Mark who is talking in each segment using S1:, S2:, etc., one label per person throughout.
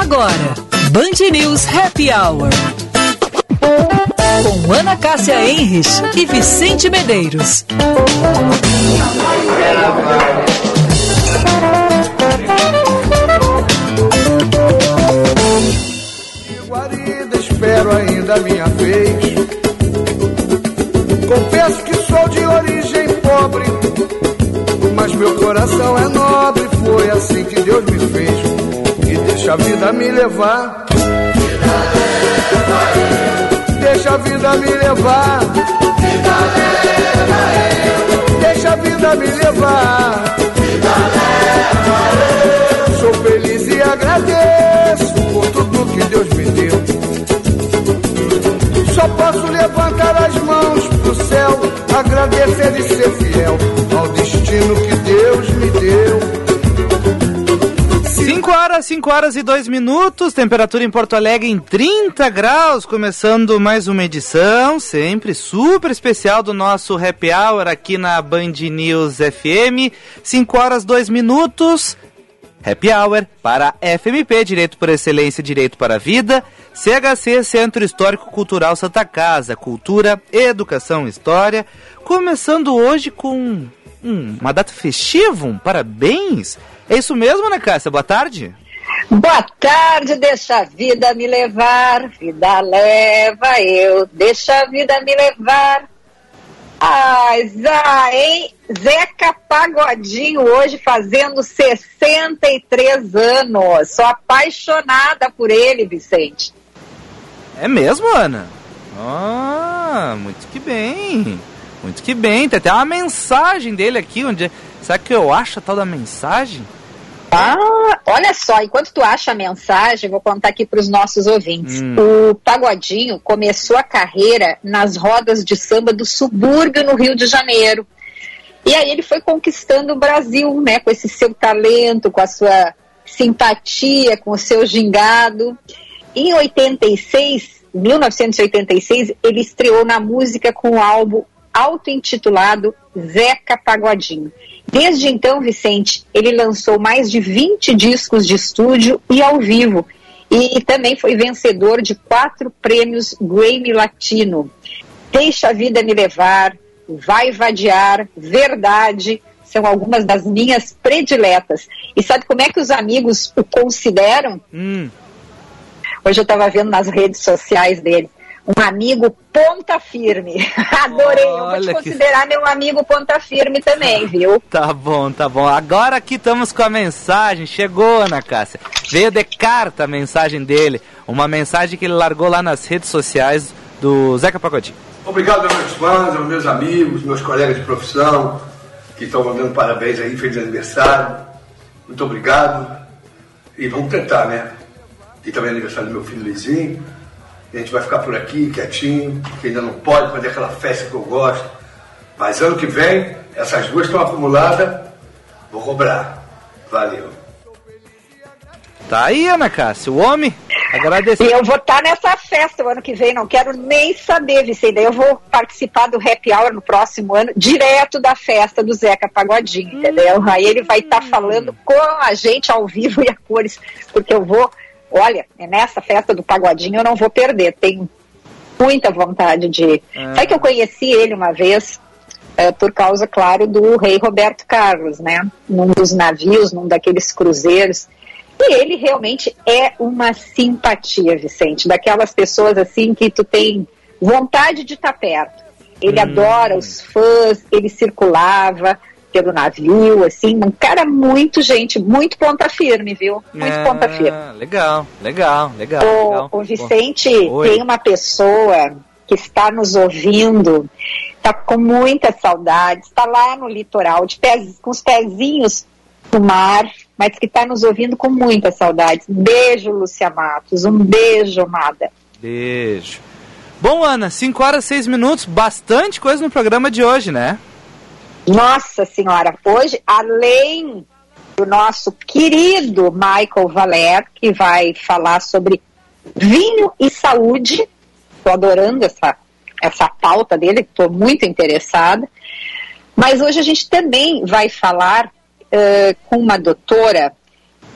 S1: Agora, Band News Happy Hour. Com Ana Cássia Henrich e Vicente Medeiros.
S2: Guarida, espero ainda a minha vez. Confesso que sou de origem pobre, mas meu coração é nobre. Foi assim que Deus me fez. E deixa a vida me levar. Deixa a vida me levar. Deixa a vida me levar. Sou feliz e agradeço por tudo que Deus me deu. Só posso levantar as mãos pro céu, agradecer e ser fiel ao destino que Deus me deu.
S3: 5 horas e 2 minutos, temperatura em Porto Alegre em 30 graus, começando mais uma edição, sempre super especial do nosso Happy Hour aqui na Band News FM. 5 horas e 2 minutos, Happy Hour para FMP, Direito por Excelência, Direito para a Vida, CHC, Centro Histórico Cultural Santa Casa, Cultura, Educação e História, começando hoje com uma data festiva, parabéns. É isso mesmo, Ana Cássia? Boa tarde.
S4: Boa tarde, deixa a vida me levar, vida leva eu, deixa a vida me levar. Ai, hein? Zeca Pagodinho hoje fazendo 63 anos. Sou apaixonada por ele, Vicente.
S3: É mesmo, Ana? Ah, muito que bem. Muito que bem. Tem até uma mensagem dele aqui. Será que eu acho a tal da mensagem?
S4: Ah, olha só, enquanto tu acha a mensagem, vou contar aqui para os nossos ouvintes. O Pagodinho começou a carreira nas rodas de samba do subúrbio no Rio de Janeiro. E aí ele foi conquistando o Brasil, né, com esse seu talento, com a sua simpatia, com o seu gingado. Em 1986, ele estreou na música com o álbum auto-intitulado Zeca Pagodinho. Desde então, Vicente, ele lançou mais de 20 discos de estúdio e ao vivo. E também foi vencedor de 4 prêmios Grammy Latino. Deixa a Vida Me Levar, Vai Vadiar, Verdade, são algumas das minhas prediletas. E sabe como é que os amigos o consideram? Hoje eu estava vendo nas redes sociais dele. Um amigo ponta firme. Adorei. Olha, eu vou te considerar meu amigo ponta firme também, viu?
S3: Tá bom, tá bom. Agora aqui estamos com a mensagem. Chegou, Ana Cássia. Veio de carta a mensagem dele. Uma mensagem que ele largou lá nas redes sociais do Zeca Pagodinho.
S2: Obrigado aos meus fãs, aos meus amigos, meus colegas de profissão, que estão mandando parabéns aí, feliz aniversário. Muito obrigado. E vamos tentar, né? E também é aniversário do meu filho Luizinho. A gente vai ficar por aqui, quietinho, porque ainda não pode fazer aquela festa que eu gosto. Mas ano que vem, essas duas estão acumuladas, vou cobrar. Valeu.
S3: Tá aí, Ana Cássia, o homem. Agradecer.
S4: E eu vou estar nessa festa o ano que vem, não quero nem saber, Vicente. Eu vou participar do Happy Hour no próximo ano, direto da festa do Zeca Pagodinho, entendeu? Aí ele vai estar falando com a gente ao vivo e a cores, porque eu vou... Olha, nessa festa do Pagodinho eu não vou perder, tenho muita vontade de ir. Sabe que eu conheci ele uma vez, por causa, claro, do rei Roberto Carlos, né? Num dos navios, num daqueles cruzeiros. E ele realmente é uma simpatia, Vicente, daquelas pessoas assim que tu tem vontade de estar perto. Ele adora os fãs, ele circulava pelo navio, assim, um cara muito ponta firme, viu? Muito ponta firme.
S3: Legal.
S4: O Vicente, tem uma pessoa que está nos ouvindo, está com muita saudade, está lá no litoral, com os pezinhos no mar, mas que está nos ouvindo com muita saudade. Beijo, Lúcia Matos, um beijo, amada.
S3: Beijo. Bom, Ana, 5 horas e 6 minutos, bastante coisa no programa de hoje, né?
S4: Nossa Senhora, hoje, além do nosso querido Michael Valer, que vai falar sobre vinho e saúde, estou adorando essa pauta dele, estou muito interessada, mas hoje a gente também vai falar com uma doutora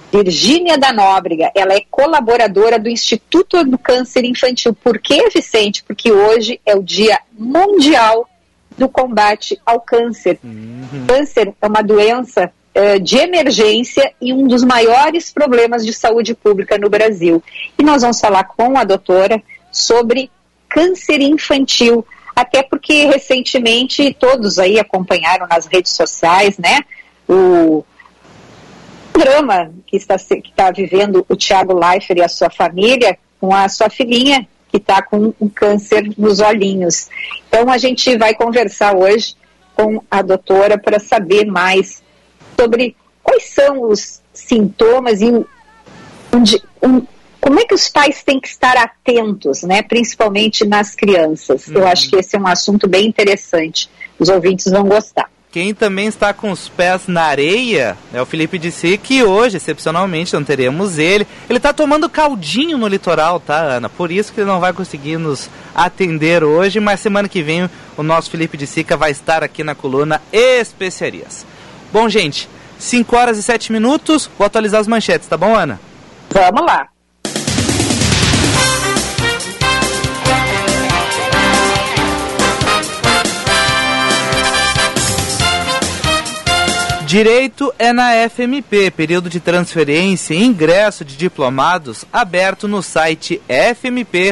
S4: Virgínia da Nóbrega, ela é colaboradora do Instituto do Câncer Infantil. Por quê, Vicente? Porque hoje é o Dia Mundial do Combate ao Câncer. Câncer é uma doença de emergência e um dos maiores problemas de saúde pública no Brasil. E nós vamos falar com a doutora sobre câncer infantil, até porque recentemente todos aí acompanharam nas redes sociais, né, o drama que está vivendo o Thiago Leifert e a sua família com a sua filhinha que está com um câncer nos olhinhos. Então a gente vai conversar hoje com a doutora para saber mais sobre quais são os sintomas e como é que os pais têm que estar atentos, né, principalmente nas crianças. Eu acho que esse é um assunto bem interessante. Os ouvintes vão gostar.
S3: Quem também está com os pés na areia é o Felipe Dissy, que hoje, excepcionalmente, não teremos ele. Ele está tomando caldinho no litoral, tá, Ana? Por isso que ele não vai conseguir nos atender hoje, mas semana que vem o nosso Felipe Dissy vai estar aqui na coluna Especiarias. Bom, gente, 5 horas e 7 minutos, vou atualizar as manchetes, tá bom, Ana?
S4: Vamos lá.
S3: Direito é na FMP, período de transferência e ingresso de diplomados aberto no site fmp.edu.br.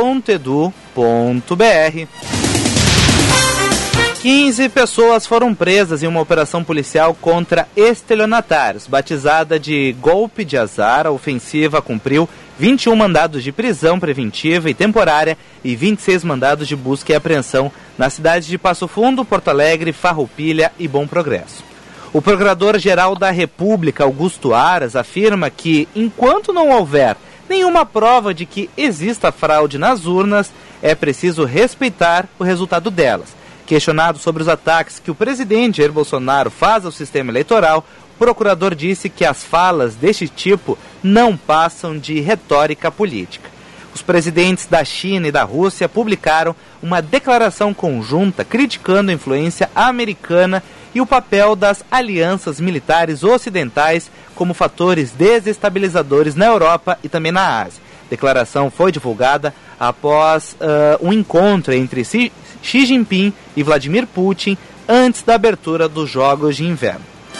S3: 15 pessoas foram presas em uma operação policial contra estelionatários. Batizada de golpe de azar, a ofensiva cumpriu 21 mandados de prisão preventiva e temporária e 26 mandados de busca e apreensão nas cidades de Passo Fundo, Porto Alegre, Farroupilha e Bom Progresso. O Procurador-Geral da República, Augusto Aras, afirma que, enquanto não houver nenhuma prova de que exista fraude nas urnas, é preciso respeitar o resultado delas. Questionado sobre os ataques que o presidente Jair Bolsonaro faz ao sistema eleitoral, o procurador disse que as falas deste tipo não passam de retórica política. Os presidentes da China e da Rússia publicaram uma declaração conjunta criticando a influência americana e o papel das alianças militares ocidentais como fatores desestabilizadores na Europa e também na Ásia. A declaração foi divulgada após um encontro entre Xi Jinping e Vladimir Putin antes da abertura dos Jogos de Inverno.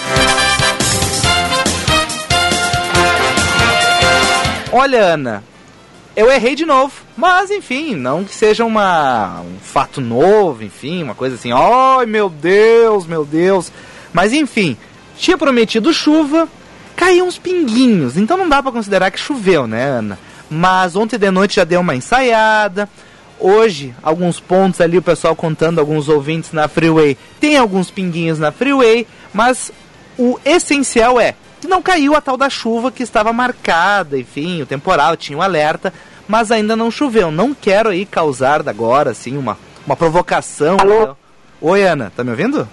S3: Olha, Ana, eu errei de novo, mas enfim, não que seja um fato novo, enfim, uma coisa assim, ai meu Deus, mas enfim, tinha prometido chuva, caiu uns pinguinhos, então não dá pra considerar que choveu, né, Ana? Mas ontem de noite já deu uma ensaiada, hoje, alguns pontos ali, o pessoal contando, alguns ouvintes na Freeway, tem alguns pinguinhos na Freeway, mas o essencial é que não caiu a tal da chuva que estava marcada, enfim, o temporal tinha um alerta, mas ainda não choveu. Não quero aí causar agora, assim, uma provocação.
S4: Alô?
S3: Oi, Ana, tá me ouvindo?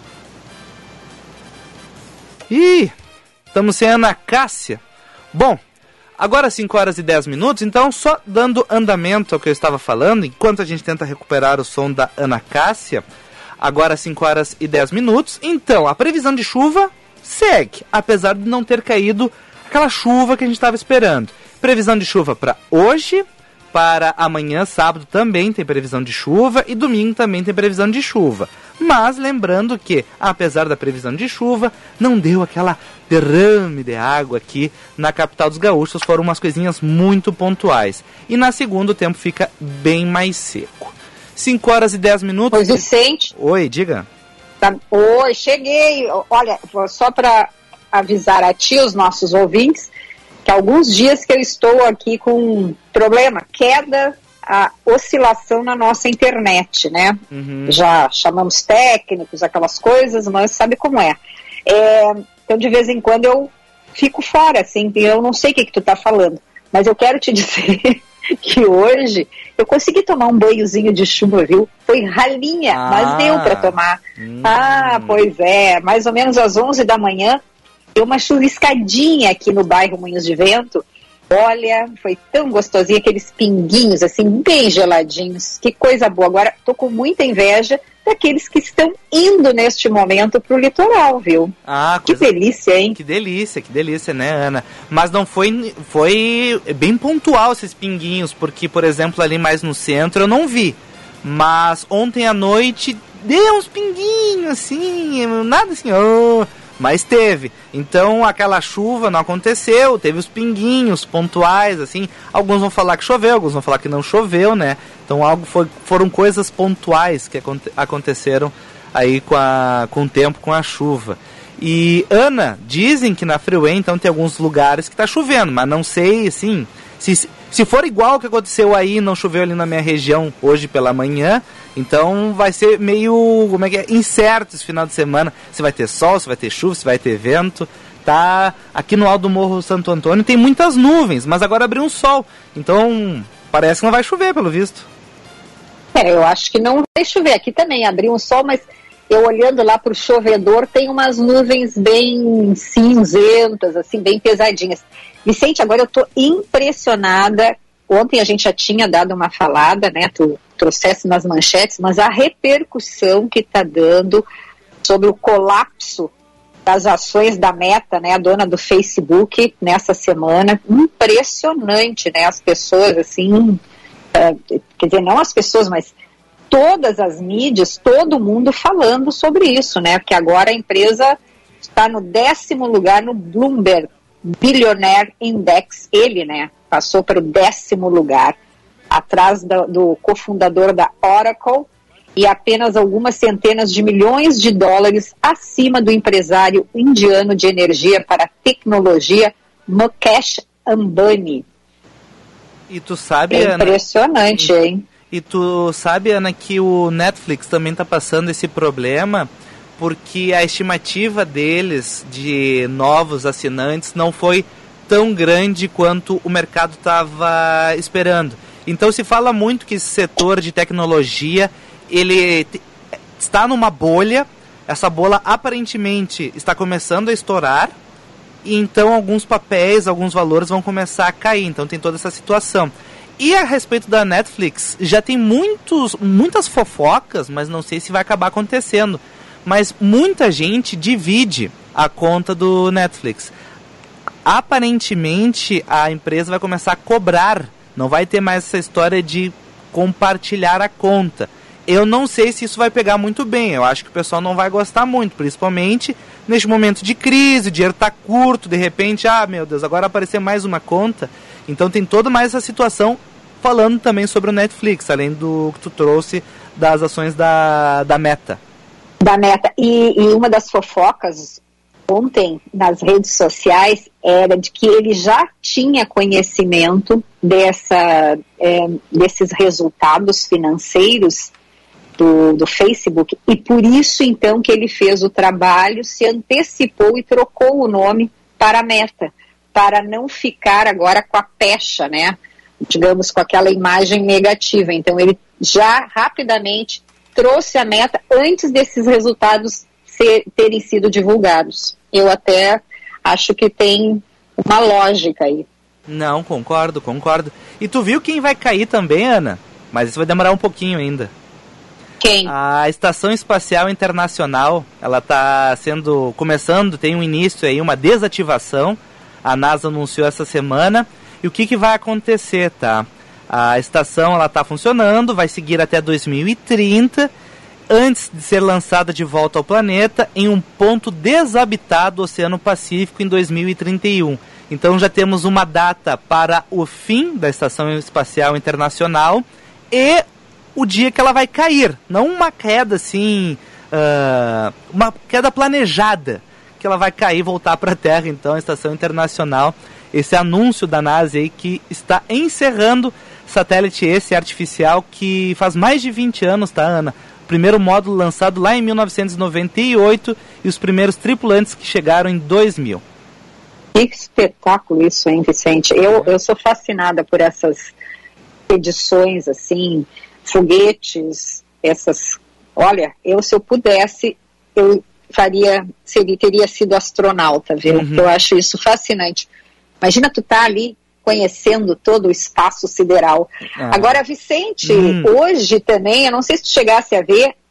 S3: Ih, estamos sem a Ana Cássia. Bom, agora 5 horas e 10 minutos, então só dando andamento ao que eu estava falando, enquanto a gente tenta recuperar o som da Ana Cássia, agora 5 horas e 10 minutos, então a previsão de chuva segue, apesar de não ter caído aquela chuva que a gente estava esperando. Previsão de chuva para hoje, para amanhã, sábado, também tem previsão de chuva e domingo também tem previsão de chuva. Mas lembrando que, apesar da previsão de chuva, não deu aquela derrame de água aqui na capital dos gaúchos, foram umas coisinhas muito pontuais. E na segunda o tempo fica bem mais seco. 5 horas e 10 minutos.
S4: Oi, Vicente.
S3: Oi, diga.
S4: Oi, cheguei. Olha, só para avisar a ti, os nossos ouvintes, que há alguns dias que eu estou aqui com um problema, queda, a oscilação na nossa internet, né? Já chamamos técnicos, aquelas coisas, mas sabe como é. Então, de vez em quando eu fico fora, assim, eu não sei o que tu tá falando, mas eu quero te dizer que hoje eu consegui tomar um banhozinho de chuva, viu? Foi ralinha, mas deu para tomar. Pois é, mais ou menos às 11 da manhã, deu uma chuviscadinha aqui no bairro Moinhos de Vento. Olha, foi tão gostosinho, aqueles pinguinhos assim, bem geladinhos. Que coisa boa. Agora, tô com muita inveja daqueles que estão indo neste momento para o litoral, viu? Que delícia, hein?
S3: Que delícia, né, Ana? Mas não foi bem pontual esses pinguinhos, porque, por exemplo, ali mais no centro eu não vi. Mas ontem à noite deu uns pinguinhos, assim, nada assim, mas teve. Então aquela chuva não aconteceu, teve os pinguinhos pontuais, assim. Alguns vão falar que choveu, alguns vão falar que não choveu, né? Então foram coisas pontuais que aconteceram aí com o tempo, com a chuva. E, Ana, dizem que na Freeway, então, tem alguns lugares que tá chovendo, mas não sei, assim, se for igual o que aconteceu aí, não choveu ali na minha região hoje pela manhã, então vai ser meio, incerto esse final de semana, se vai ter sol, se vai ter chuva, se vai ter vento. Tá aqui no alto do Morro Santo Antônio tem muitas nuvens, mas agora abriu um sol, então parece que não vai chover, pelo visto.
S4: Eu acho que não vai chover, aqui também abriu um sol, mas eu olhando lá para o chovedor, tem umas nuvens bem cinzentas, assim, bem pesadinhas. Vicente, agora eu estou impressionada. Ontem a gente já tinha dado uma falada, né? Tu trouxesse nas manchetes, mas a repercussão que está dando sobre o colapso das ações da Meta, né? A dona do Facebook, nessa semana. Impressionante, né? As pessoas, assim... quer dizer, não as pessoas, mas todas as mídias, todo mundo falando sobre isso, né? Porque agora a empresa está no 10º lugar no Bloomberg Billionaire Index. Ele, né, passou para o 10º lugar, atrás do cofundador da Oracle e apenas algumas centenas de milhões de dólares acima do empresário indiano de energia para tecnologia Mukesh Ambani.
S3: E tu sabe, Ana,
S4: impressionante, hein?
S3: E tu sabe, Ana, que o Netflix também está passando esse problema porque a estimativa deles de novos assinantes não foi tão grande quanto o mercado estava esperando. Então se fala muito que esse setor de tecnologia, ele está numa bolha, essa bolha aparentemente está começando a estourar, e então alguns papéis, alguns valores vão começar a cair, então tem toda essa situação. E a respeito da Netflix, já tem muitas fofocas, mas não sei se vai acabar acontecendo. Mas muita gente divide a conta do Netflix. Aparentemente, a empresa vai começar a cobrar. Não vai ter mais essa história de compartilhar a conta. Eu não sei se isso vai pegar muito bem. Eu acho que o pessoal não vai gostar muito, principalmente neste momento de crise, o dinheiro está curto, de repente, meu Deus, agora apareceu mais uma conta. Então tem toda mais essa situação, falando também sobre o Netflix, além do que tu trouxe das ações da Meta.
S4: Da Meta. E uma das fofocas ontem nas redes sociais era de que ele já tinha conhecimento desses resultados financeiros do Facebook, e por isso então que ele fez o trabalho, se antecipou e trocou o nome para a Meta, para não ficar agora com a pecha, né? Digamos, com aquela imagem negativa. Então ele já rapidamente trouxe a Meta antes desses resultados terem sido divulgados. Eu até acho que tem uma lógica aí.
S3: Não, concordo. E tu viu quem vai cair também, Ana? Mas isso vai demorar um pouquinho ainda.
S4: Quem?
S3: A Estação Espacial Internacional, ela está começando, tem um início aí, uma desativação. A NASA anunciou essa semana. E o que vai acontecer, tá? A estação, ela está funcionando, vai seguir até 2030, antes de ser lançada de volta ao planeta em um ponto desabitado do Oceano Pacífico em 2031. Então já temos uma data para o fim da Estação Espacial Internacional e o dia que ela vai cair. Não uma queda assim, uma queda planejada, que ela vai cair e voltar para a Terra, então, a Estação Internacional. Esse anúncio da NASA aí que está encerrando satélite esse artificial que faz mais de 20 anos, tá, Ana? O primeiro módulo lançado lá em 1998 e os primeiros tripulantes que chegaram em 2000.
S4: Que espetáculo isso, hein, Vicente? Eu sou fascinada por essas edições, assim, foguetes, essas... Olha, se eu pudesse, eu teria sido astronauta, viu? Eu acho isso fascinante. Imagina tu tá ali conhecendo todo o espaço sideral. Agora, Vicente, hoje também, eu não sei se tu chegasse a ver,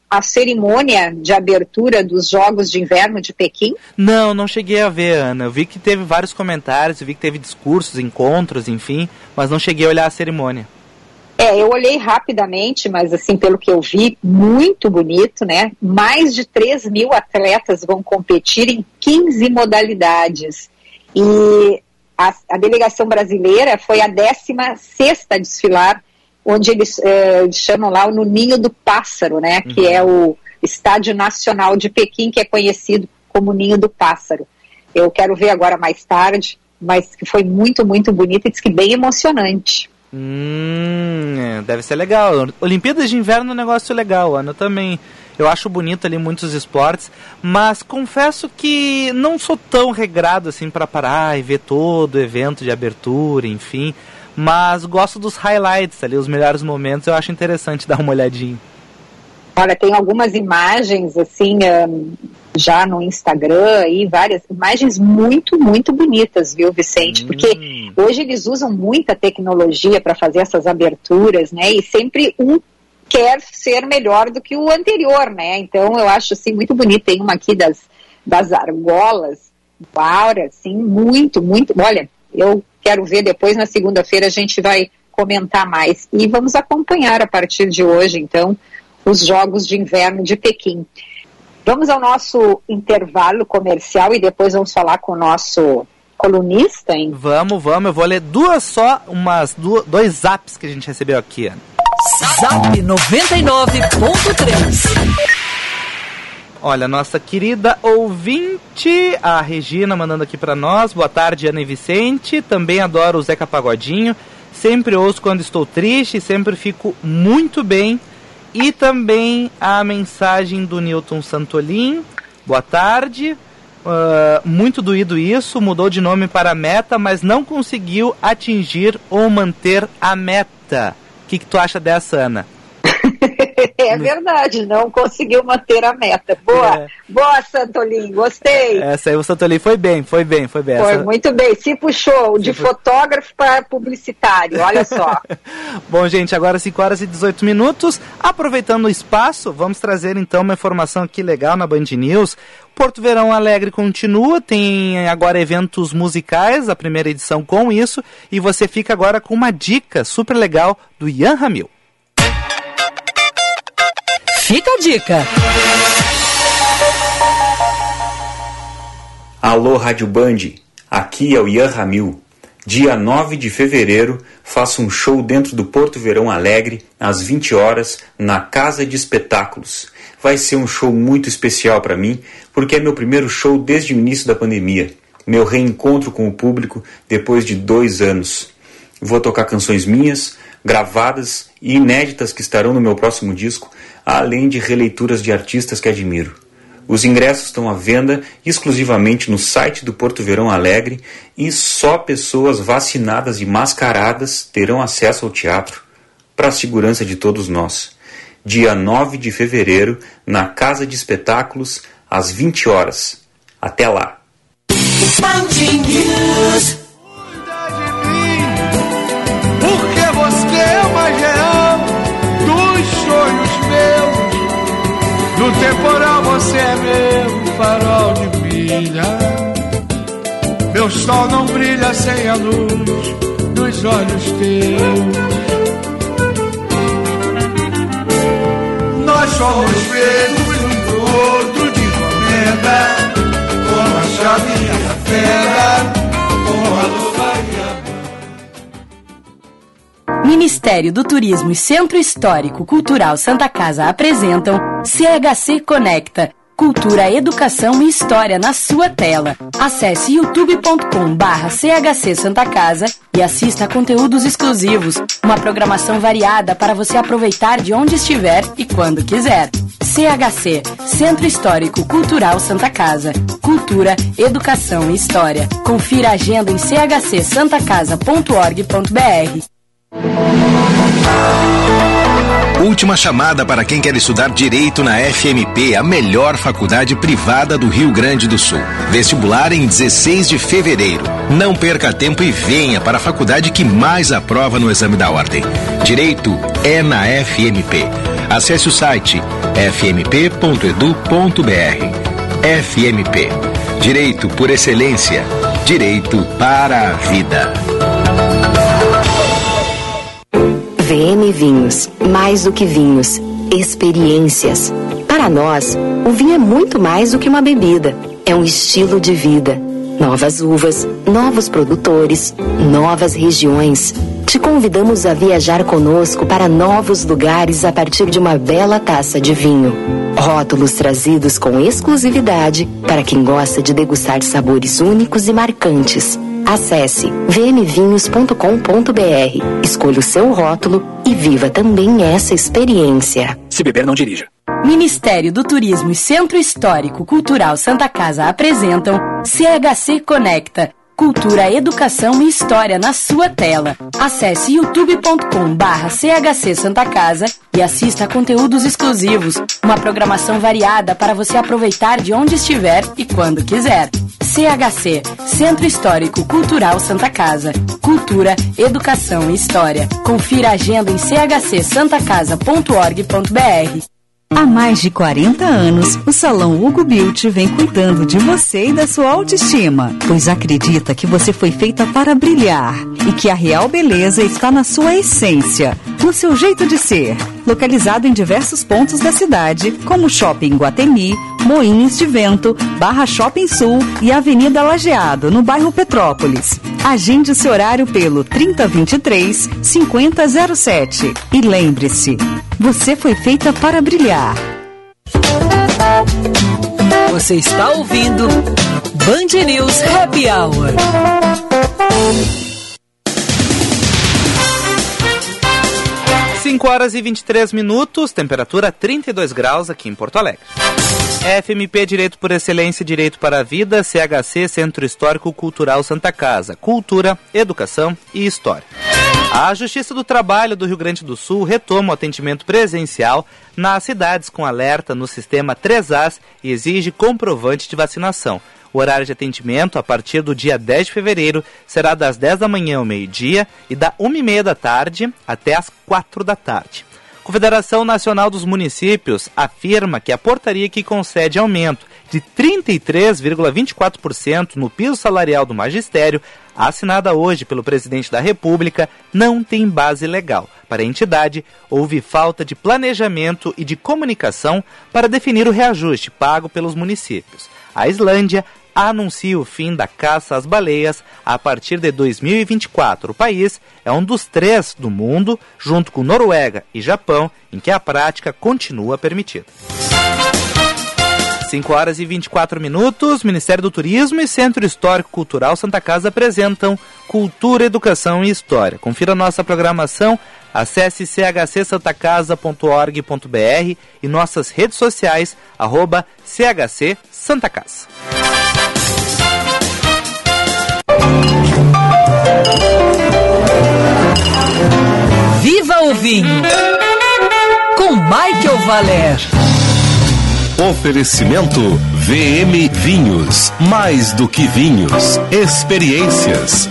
S4: a cerimônia de abertura dos Jogos de Inverno de Pequim?
S3: Não cheguei a ver, Ana. Eu vi que teve vários comentários, eu vi que teve discursos, encontros, enfim, mas não cheguei a olhar a cerimônia.
S4: Eu olhei rapidamente, mas assim, pelo que eu vi, muito bonito, né? Mais de 3.000 atletas vão competir em 15 modalidades. E a delegação brasileira foi a 16ª a desfilar, onde eles chamam lá no Ninho do Pássaro, né? Que é o Estádio Nacional de Pequim, que é conhecido como Ninho do Pássaro. Eu quero ver agora mais tarde, mas que foi muito, muito bonito e diz que bem emocionante.
S3: Deve ser legal. Olimpíadas de Inverno é um negócio legal, Ana, também. Eu acho bonito ali muitos esportes, mas confesso que não sou tão regrado assim para parar e ver todo o evento de abertura, enfim. Mas gosto dos highlights ali, os melhores momentos, eu acho interessante dar uma olhadinha.
S4: Olha, tem algumas imagens assim, já no Instagram, aí, várias imagens muito, muito bonitas, viu, Vicente? Porque hoje eles usam muita tecnologia para fazer essas aberturas, né? E sempre um quer ser melhor do que o anterior, né? Então eu acho assim muito bonito. Tem uma aqui das argolas, do Aura, assim, muito, muito. Olha, eu quero ver depois, na segunda-feira a gente vai comentar mais. E vamos acompanhar a partir de hoje, então, os Jogos de Inverno de Pequim. Vamos ao nosso intervalo comercial e depois vamos falar com o nosso colunista, hein?
S3: Vamos. Eu vou ler dois zaps que a gente recebeu aqui, Ana.
S1: Zap 99.3.
S3: Olha, nossa querida ouvinte, a Regina, mandando aqui pra nós. Boa tarde, Ana e Vicente. Também adoro o Zeca Pagodinho. Sempre ouço quando estou triste, sempre fico muito bem. E também a mensagem do Newton Santolin. Boa tarde. Muito doído isso. Mudou de nome para Meta, mas não conseguiu atingir ou manter a meta. O que tu acha dessa, Ana?
S4: É verdade, não conseguiu manter a meta. Boa, Santolin, gostei.
S3: Essa aí o Santolin foi bem.
S4: Foi muito bem, se puxou de fotógrafo para publicitário, olha só.
S3: Bom, gente, agora 5h18. Aproveitando o espaço, vamos trazer então uma informação aqui legal na Band News. Porto Verão Alegre continua, tem agora eventos musicais, a primeira edição com isso, e você fica agora com uma dica super legal do Ian Ramil.
S1: Fica a dica.
S5: Alô, Rádio Band, aqui é o Ian Ramil. Dia 9 de fevereiro, faço um show dentro do Porto Verão Alegre, às 20 horas, na Casa de Espetáculos. Vai ser um show muito especial para mim, porque é meu primeiro show desde o início da pandemia. Meu reencontro com o público depois de 2 anos. Vou tocar canções minhas, gravadas e inéditas que estarão no meu próximo disco, além de releituras de artistas que admiro. Os ingressos estão à venda exclusivamente no site do Porto Verão Alegre e só pessoas vacinadas e mascaradas terão acesso ao teatro, para a segurança de todos nós. Dia 9 de fevereiro, na Casa de Espetáculos, às 20 horas. Até lá!
S6: Porque você é o mais real dos sonhos meus. No temporal você é meu farol de brilha. Meu sol não brilha sem a luz dos olhos teus. Nós somos feitos um pro outro de encomenda, como a chave e a fera, como a luva e a...
S7: Ministério do Turismo e Centro Histórico Cultural Santa Casa apresentam CHC Conecta, Cultura, Educação e História na sua tela. Acesse youtube.com/CHC Santa Casa e assista a conteúdos exclusivos, uma programação variada para você aproveitar de onde estiver e quando quiser. CHC, Centro Histórico Cultural Santa Casa. Cultura, Educação e História. Confira a agenda em chcsantacasa.org.br.
S8: Última chamada para quem quer estudar Direito na FMP, a melhor faculdade privada do Rio Grande do Sul. Vestibular em 16 de fevereiro. Não perca tempo e venha para a faculdade que mais aprova no exame da ordem. Direito é na FMP. Acesse o site fmp.edu.br. FMP. Direito por excelência. Direito para a vida.
S9: VM Vinhos. Mais do que vinhos. Experiências. Para nós, o vinho é muito mais do que uma bebida. É um estilo de vida. Novas uvas, novos produtores, novas regiões. Te convidamos a viajar conosco para novos lugares a partir de uma bela taça de vinho. Rótulos trazidos com exclusividade para quem gosta de degustar sabores únicos e marcantes. Acesse vmvinhos.com.br, escolha o seu rótulo e viva também essa experiência.
S10: Se beber, não dirija.
S7: Ministério do Turismo e Centro Histórico Cultural Santa Casa apresentam CHC Conecta, Cultura, Educação e História na sua tela. Acesse youtube.com/CHC Santa Casa e assista a conteúdos exclusivos, uma programação variada para você aproveitar de onde estiver e quando quiser. CHC, Centro Histórico Cultural Santa Casa. Cultura, Educação e História. Confira a agenda em chcsantacasa.org.br.
S1: Há mais de 40 anos, o Salão Hugo Beauty vem cuidando de você e da sua autoestima, pois acredita que você foi feita para brilhar e que a real beleza está na sua essência, no seu jeito de ser. Localizado em diversos pontos da cidade, como Shopping Guatemi, Moinhos de Vento, Barra Shopping Sul e Avenida Lajeado, no bairro Petrópolis. Agende o seu horário pelo 3023-5007. E lembre-se, você foi feita para brilhar. Você está ouvindo Band News Happy Hour.
S3: 5h23, temperatura 32 graus aqui em Porto Alegre. FMP Direito por Excelência e Direito para a Vida, CHC Centro Histórico Cultural Santa Casa, Cultura, Educação e História. A Justiça do Trabalho do Rio Grande do Sul retoma o atendimento presencial nas cidades com alerta no sistema 3As e exige comprovante de vacinação. O horário de atendimento, a partir do dia 10 de fevereiro, será das 10 da manhã ao meio-dia e da 1h30 da tarde até as 4 da tarde. A Confederação Nacional dos Municípios afirma que a portaria que concede aumento de 33,24% no piso salarial do magistério, assinada hoje pelo presidente da República, não tem base legal. Para a entidade, houve falta de planejamento e de comunicação para definir o reajuste pago pelos municípios. A Islândia anuncia o fim da caça às baleias a partir de 2024. O país é um dos 3 do mundo, junto com Noruega e Japão, em que a prática continua permitida. 5h24, Ministério do Turismo e Centro Histórico Cultural Santa Casa apresentam Cultura, Educação e História. Confira nossa programação, acesse chcsantacasa.org.br e nossas redes sociais, @CHC Santa Casa.
S1: Viva o vinho! Com Michael Valer.
S11: Oferecimento VM Vinhos. Mais do que vinhos. Experiências.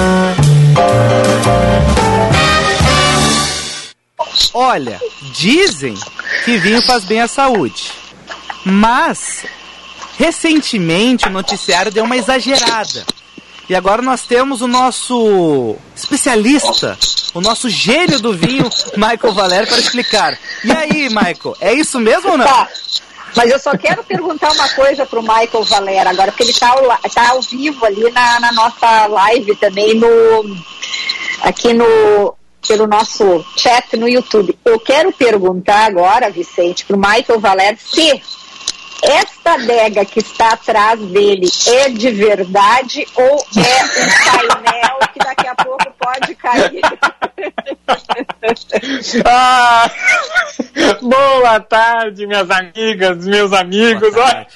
S3: Olha, dizem que vinho faz bem à saúde, mas recentemente o noticiário deu uma exagerada. E agora nós temos o nosso especialista, o nosso gênio do vinho, Michael Valer, para explicar. E aí, Michael, é isso mesmo ou não?
S4: Tá. Mas eu só quero perguntar uma coisa pro Michael Valer agora, porque ele tá ao vivo ali na nossa live também, pelo nosso chat no YouTube. Eu quero perguntar agora, Vicente, pro Michael Valer, se esta adega que está atrás dele é de verdade ou é um painel que daqui a pouco pode cair?
S12: Boa tarde, minhas amigas, meus amigos.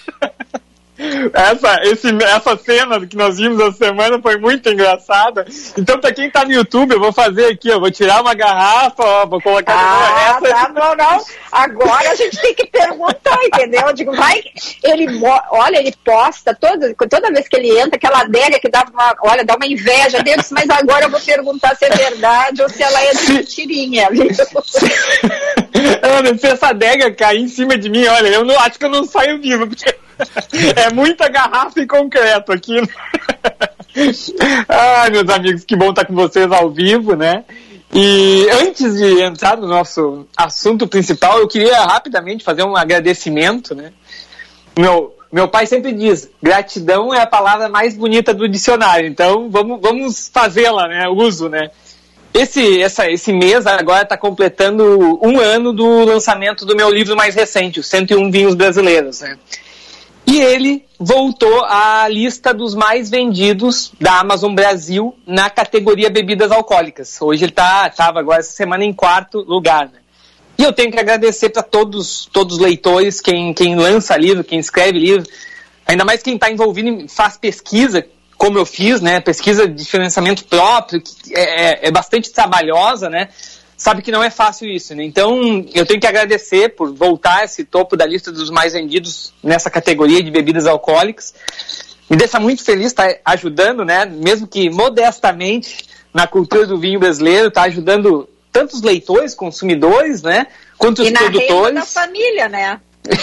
S12: Essa cena que nós vimos essa semana foi muito engraçada. Então, pra quem tá no YouTube, eu vou fazer aqui, eu vou tirar uma garrafa, vou colocar
S4: não. Agora a gente tem que perguntar, entendeu? Eu digo, ele posta toda vez que ele entra, aquela adega que dá uma inveja dele, mas agora eu vou perguntar se é verdade ou se ela é de mentirinha, viu?
S12: Se essa adega cair em cima de mim, olha, eu não, acho que eu não saio vivo, porque é muita garrafa e concreto aqui. Meus amigos, que bom estar com vocês ao vivo, né? E antes de entrar no nosso assunto principal, eu queria rapidamente fazer um agradecimento, né? Meu pai sempre diz, gratidão é a palavra mais bonita do dicionário, então vamos fazê-la, né? Uso, né? Esse mês agora está completando 1 ano do lançamento do meu livro mais recente, os 101 Vinhos Brasileiros, né? E ele voltou à lista dos mais vendidos da Amazon Brasil na categoria bebidas alcoólicas. Hoje ele estava agora essa semana em 4º lugar, né? E eu tenho que agradecer para todos os leitores, quem lança livro, quem escreve livro, ainda mais quem está envolvido e faz pesquisa, como eu fiz, né? Pesquisa de financiamento próprio, que é bastante trabalhosa, né? Sabe que não é fácil isso, né? Então, eu tenho que agradecer por voltar a esse topo da lista dos mais vendidos nessa categoria de bebidas alcoólicas. Me deixa muito feliz estar ajudando, né? Mesmo que modestamente, na cultura do vinho brasileiro, está ajudando tanto os leitores, consumidores, né? Quanto os produtores. E na renda
S4: da família, né?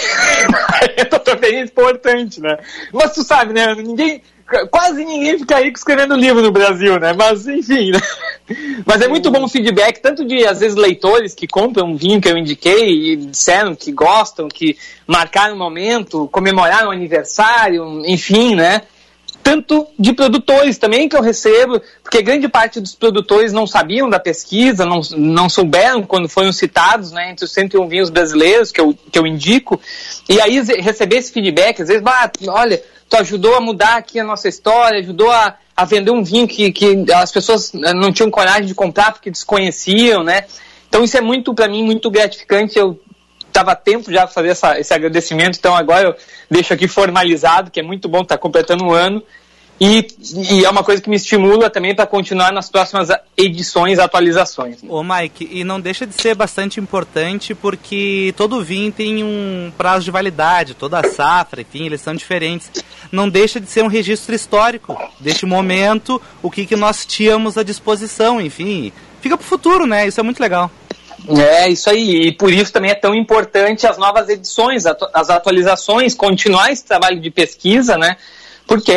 S12: Também é importante, né? Mas tu sabe, né? Quase ninguém fica rico escrevendo livro no Brasil, né? Mas, enfim, né? Mas é muito bom o feedback, tanto de, às vezes, leitores que compram um vinho que eu indiquei e disseram que gostam, que marcaram um momento, comemoraram um aniversário, enfim, né? Tanto de produtores também que eu recebo, porque grande parte dos produtores não sabiam da pesquisa, não souberam quando foram citados, né, entre os 101 vinhos brasileiros que eu indico, e aí receber esse feedback, às vezes, olha, tu ajudou a mudar aqui a nossa história, ajudou a vender um vinho que as pessoas não tinham coragem de comprar porque desconheciam, né? Então isso é muito, para mim, muito gratificante. Eu estava a tempo já de fazer esse agradecimento, então agora eu deixo aqui formalizado, que é muito bom estar completando 1 ano. E é uma coisa que me estimula também para continuar nas próximas edições, atualizações.
S3: Ô Mike, e não deixa de ser bastante importante porque todo vinho tem um prazo de validade, toda a safra, enfim, eles são diferentes. Não deixa de ser um registro histórico deste momento, o que nós tínhamos à disposição, enfim. Fica pro futuro, né? Isso é muito legal.
S12: É, isso aí. E por isso também é tão importante as novas edições, as atualizações, continuar esse trabalho de pesquisa, né? Porque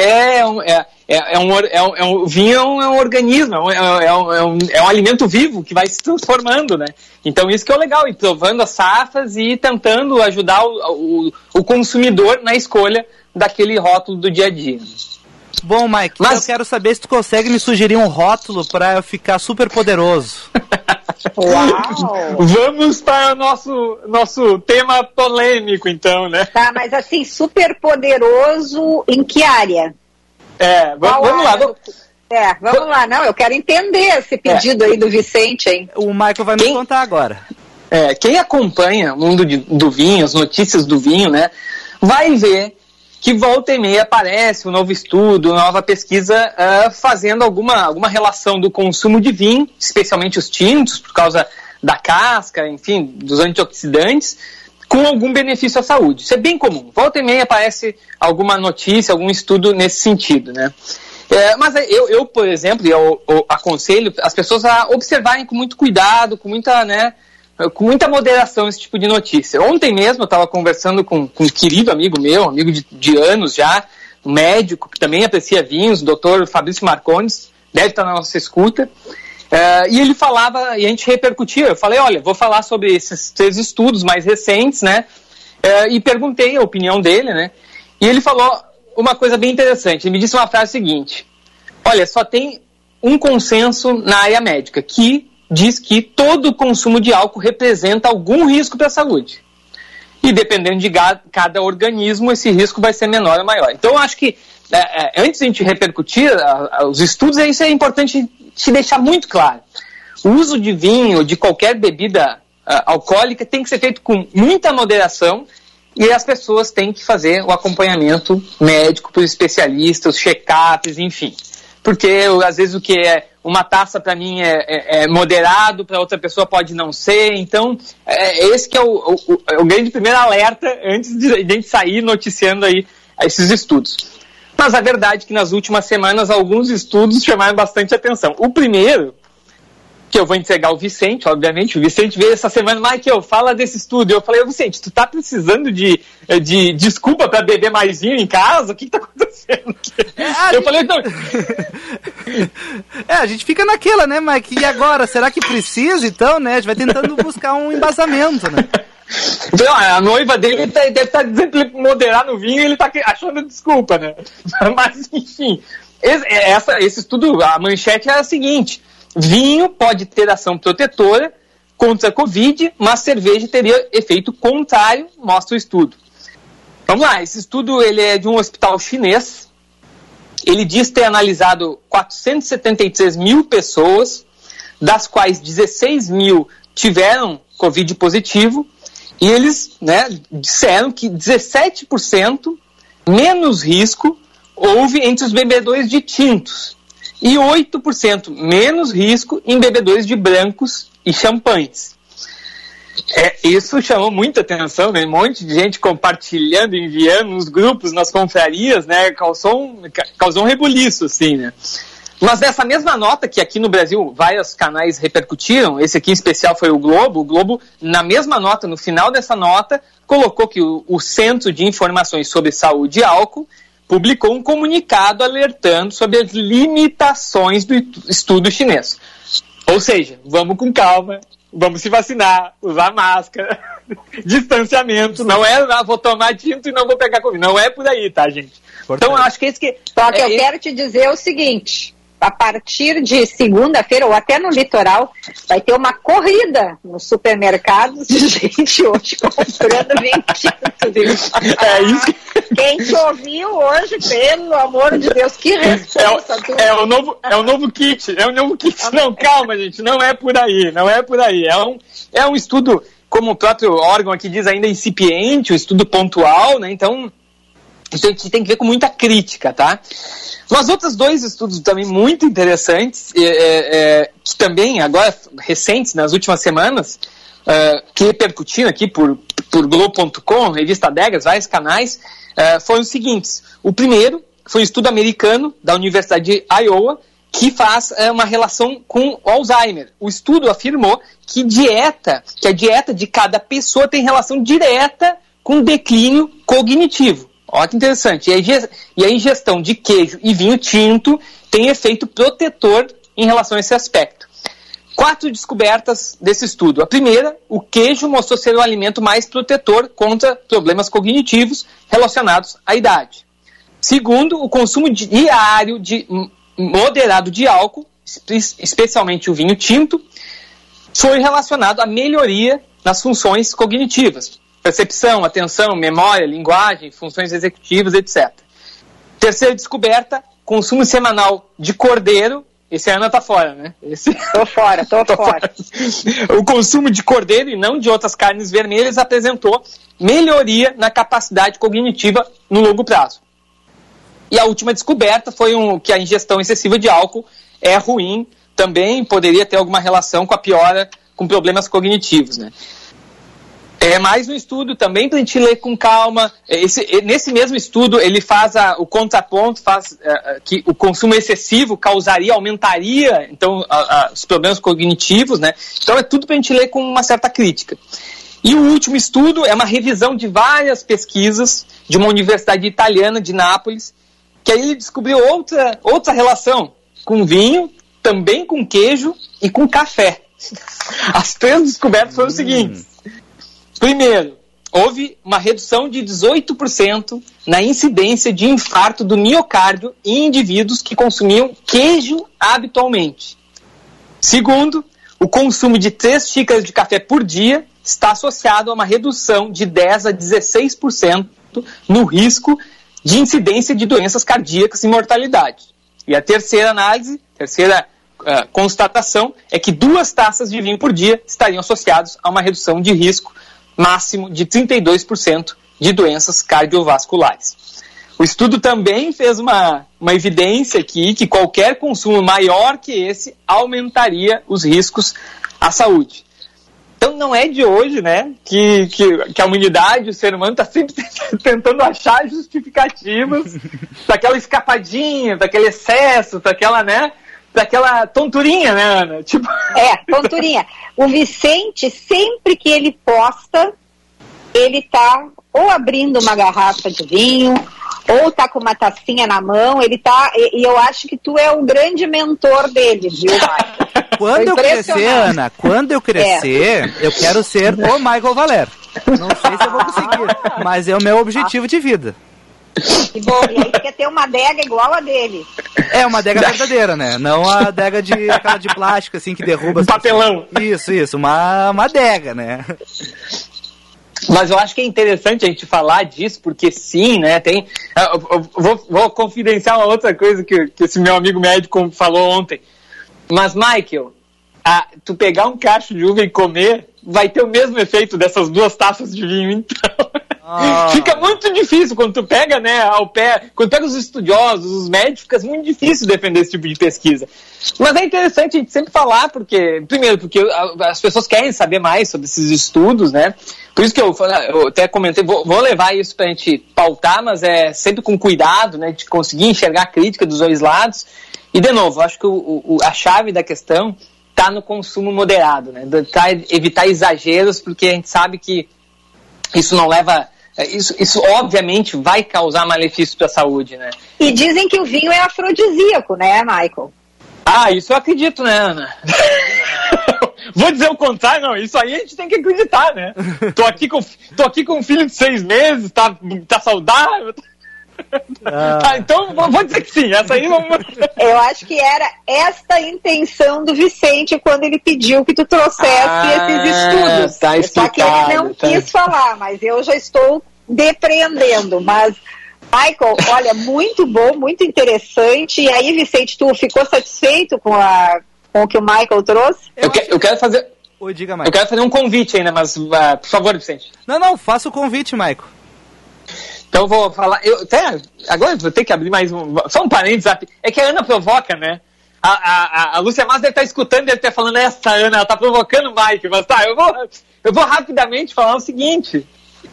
S12: o vinho é um organismo, é um alimento vivo que vai se transformando, né? Então isso que é o legal, ir provando as safras e tentando ajudar o consumidor na escolha daquele rótulo do dia a dia.
S3: Bom, Mike, eu quero saber se tu consegue me sugerir um rótulo para eu ficar super poderoso.
S12: Uau! Vamos para o nosso tema polêmico, então, né?
S4: Tá, mas assim, super poderoso em que área?
S12: Vamos lá.
S4: Vamos lá. Não, eu quero entender esse pedido aí do Vicente, hein?
S3: O Michael vai me contar agora.
S12: Quem acompanha o mundo do vinho, as notícias do vinho, né, vai ver que volta e meia aparece um novo estudo, nova pesquisa fazendo alguma relação do consumo de vinho, especialmente os tintos, por causa da casca, enfim, dos antioxidantes, com algum benefício à saúde. Isso é bem comum. Volta e meia aparece alguma notícia, algum estudo nesse sentido, né? Mas eu, por exemplo, eu aconselho as pessoas a observarem com muito cuidado, com muita moderação esse tipo de notícia. Ontem mesmo eu estava conversando com um querido amigo meu, amigo de anos já, um médico que também aprecia vinhos, o Dr. Fabrício Marcondes, deve estar na nossa escuta, e ele falava, e a gente repercutia, eu falei, olha, vou falar sobre esses 3 estudos mais recentes, né, e perguntei a opinião dele, né, e ele falou uma coisa bem interessante, ele me disse uma frase seguinte, olha, só tem um consenso na área médica, que diz que todo o consumo de álcool representa algum risco para a saúde. E dependendo de cada organismo, esse risco vai ser menor ou maior. Então, eu acho que, antes de a gente repercutir os estudos, isso é importante te deixar muito claro. O uso de vinho, de qualquer bebida alcoólica, tem que ser feito com muita moderação e as pessoas têm que fazer o acompanhamento médico por especialistas, os check-ups, enfim. Porque, às vezes, o que é uma taça para mim é moderado, para outra pessoa pode não ser. Então, esse que é o grande primeiro alerta antes de a gente sair noticiando aí esses estudos. Mas a verdade é que nas últimas semanas alguns estudos chamaram bastante atenção. O primeiro, que eu vou entregar ao Vicente, obviamente. O Vicente veio essa semana, Michael, fala desse estudo. Eu falei, Vicente, tu tá precisando de desculpa para beber mais vinho em casa? O que tá acontecendo? Falei, não.
S3: A gente fica naquela, né, Mike? E agora? Será que precisa, então, né? A gente vai tentando buscar um embasamento, né?
S12: Então, a noiva dele deve estar dizendo que ele moderar no vinho e ele tá achando desculpa, né? Mas, enfim, esse estudo, a manchete é a seguinte: vinho pode ter ação protetora contra a Covid, mas cerveja teria efeito contrário, mostra o estudo. Vamos lá, esse estudo ele é de um hospital chinês. Ele diz ter analisado 473 mil pessoas, das quais 16 mil tiveram Covid positivo, e eles, né, disseram que 17% menos risco houve entre os bebedores de tintos e 8% menos risco em bebedores de brancos e champanhes. Isso chamou muita atenção, né? Um monte de gente compartilhando, enviando nos grupos, nas confrarias, né? Causou um rebuliço, assim, né? Mas nessa mesma nota, que aqui no Brasil vários canais repercutiram, esse aqui em especial foi o Globo, na mesma nota, no final dessa nota, colocou que o Centro de Informações sobre Saúde e Álcool publicou um comunicado alertando sobre as limitações do estudo chinês. Ou seja, vamos com calma, vamos se vacinar, usar máscara, distanciamento, não é vou tomar tinto e não vou pegar Covid, não é por aí, tá, gente? Então eu acho que esse que...
S4: Só que eu quero te dizer o seguinte: a partir de segunda-feira, ou até no litoral, vai ter uma corrida nos supermercados de gente hoje comprando vinho tinto, viu?
S12: É isso.
S4: Quem te ouviu hoje, pelo amor de Deus, que resposta.
S12: É o novo kit. Não, calma, gente, não é por aí. É um estudo, como o próprio órgão aqui diz, ainda incipiente, um estudo pontual, né? Então, isso a gente tem que ver com muita crítica, tá? Mas outros dois estudos também muito interessantes, que também, agora, recentes, nas últimas semanas, que repercutiram aqui por Globo.com, Revista Adegas, vários canais, foram os seguintes. O primeiro foi um estudo americano da Universidade de Iowa, que faz uma relação com o Alzheimer. O estudo afirmou que a dieta de cada pessoa tem relação direta com declínio cognitivo. Olha que interessante. E a ingestão de queijo e vinho tinto tem efeito protetor em relação a esse aspecto. 4 descobertas desse estudo. A primeira, o queijo mostrou ser o alimento mais protetor contra problemas cognitivos relacionados à idade. Segundo, o consumo diário moderado de álcool, especialmente o vinho tinto, foi relacionado à melhoria nas funções cognitivas. Percepção, atenção, memória, linguagem, funções executivas, etc. Terceira descoberta, consumo semanal de cordeiro. Esse Ana tá fora, né?
S4: Tô fora.
S12: O consumo de cordeiro e não de outras carnes vermelhas apresentou melhoria na capacidade cognitiva no longo prazo. E a última descoberta foi que a ingestão excessiva de álcool é ruim, também poderia ter alguma relação com a piora com problemas cognitivos, né? Mais um estudo também para a gente ler com calma. Nesse mesmo estudo, ele faz o contraponto, que o consumo excessivo aumentaria então, os problemas cognitivos, né? Então é tudo para a gente ler com uma certa crítica. E o último estudo é uma revisão de várias pesquisas de uma universidade italiana de Nápoles, que aí ele descobriu outra relação com vinho, também com queijo e com café. As 3 descobertas foram os seguintes. Primeiro, houve uma redução de 18% na incidência de infarto do miocárdio em indivíduos que consumiam queijo habitualmente. Segundo, o consumo de 3 xícaras de café por dia está associado a uma redução de 10% a 16% no risco de incidência de doenças cardíacas e mortalidade. E a terceira constatação é que 2 taças de vinho por dia estariam associados a uma redução de risco máximo de 32% de doenças cardiovasculares. O estudo também fez uma evidência aqui que qualquer consumo maior que esse aumentaria os riscos à saúde. Então não é de hoje, né, que a humanidade, o ser humano está sempre tentando achar justificativas daquela escapadinha, daquele excesso, daquela, né, aquela tonturinha, né, Ana? Tipo...
S4: tonturinha. O Vicente, sempre que ele posta, ele tá ou abrindo uma garrafa de vinho, ou tá com uma tacinha na mão, ele tá... E eu acho que tu é o grande mentor dele, viu, Michael?
S3: Quando eu crescer, Ana, eu quero ser o Michael Valer. Não sei se eu vou conseguir, mas é o meu objetivo de vida.
S4: E bom, e aí tu quer ter uma adega igual a dele.
S3: É, uma adega verdadeira, né? Não a adega aquela de plástico, assim, que derruba...
S12: Papelão.
S3: Isso, uma adega, né?
S12: Mas eu acho que é interessante a gente falar disso, porque sim, né, tem... Eu vou confidenciar uma outra coisa que esse meu amigo médico falou ontem. Mas, Michael, tu pegar um cacho de uva e comer, vai ter o mesmo efeito dessas 2 taças de vinho, então... Fica muito difícil quando tu pega, né, ao pé, quando pega os estudiosos, os médicos, fica muito difícil defender esse tipo de pesquisa. Mas é interessante a gente sempre falar, porque as pessoas querem saber mais sobre esses estudos, né? Por isso que eu até comentei, vou levar isso pra gente pautar, mas é sempre com cuidado, né, de conseguir enxergar a crítica dos 2 lados. E, de novo, acho que a chave da questão tá no consumo moderado, né? Evitar exageros, porque a gente sabe que isso não leva... Isso obviamente vai causar malefício para a saúde, né?
S4: E dizem que o vinho é afrodisíaco, né, Michael?
S12: Isso eu acredito, né, Ana? Vou dizer o contrário, não. Isso aí a gente tem que acreditar, né? Tô aqui com um filho de 6 meses, tá saudável. Então vou dizer que sim. Essa aí não...
S4: Eu acho que era esta a intenção do Vicente quando ele pediu que tu trouxesse esses estudos.
S12: Tá explicado,
S4: só que ele não quis falar, mas eu já estou depreendendo. Mas, Michael, olha, muito bom, muito interessante. E aí, Vicente, tu ficou satisfeito com o que o Michael trouxe?
S12: Eu quero fazer...
S3: Oi, diga, Michael.
S12: Eu quero fazer um convite ainda, mas por favor, Vicente.
S3: Não, faça o convite, Michael.
S12: Então eu vou falar, agora eu vou ter que abrir mais só um parênteses, é que a Ana provoca, né? A Lúcia Massa deve estar escutando, deve estar falando, essa Ana, ela tá provocando o Mike, mas tá, eu vou rapidamente falar o seguinte,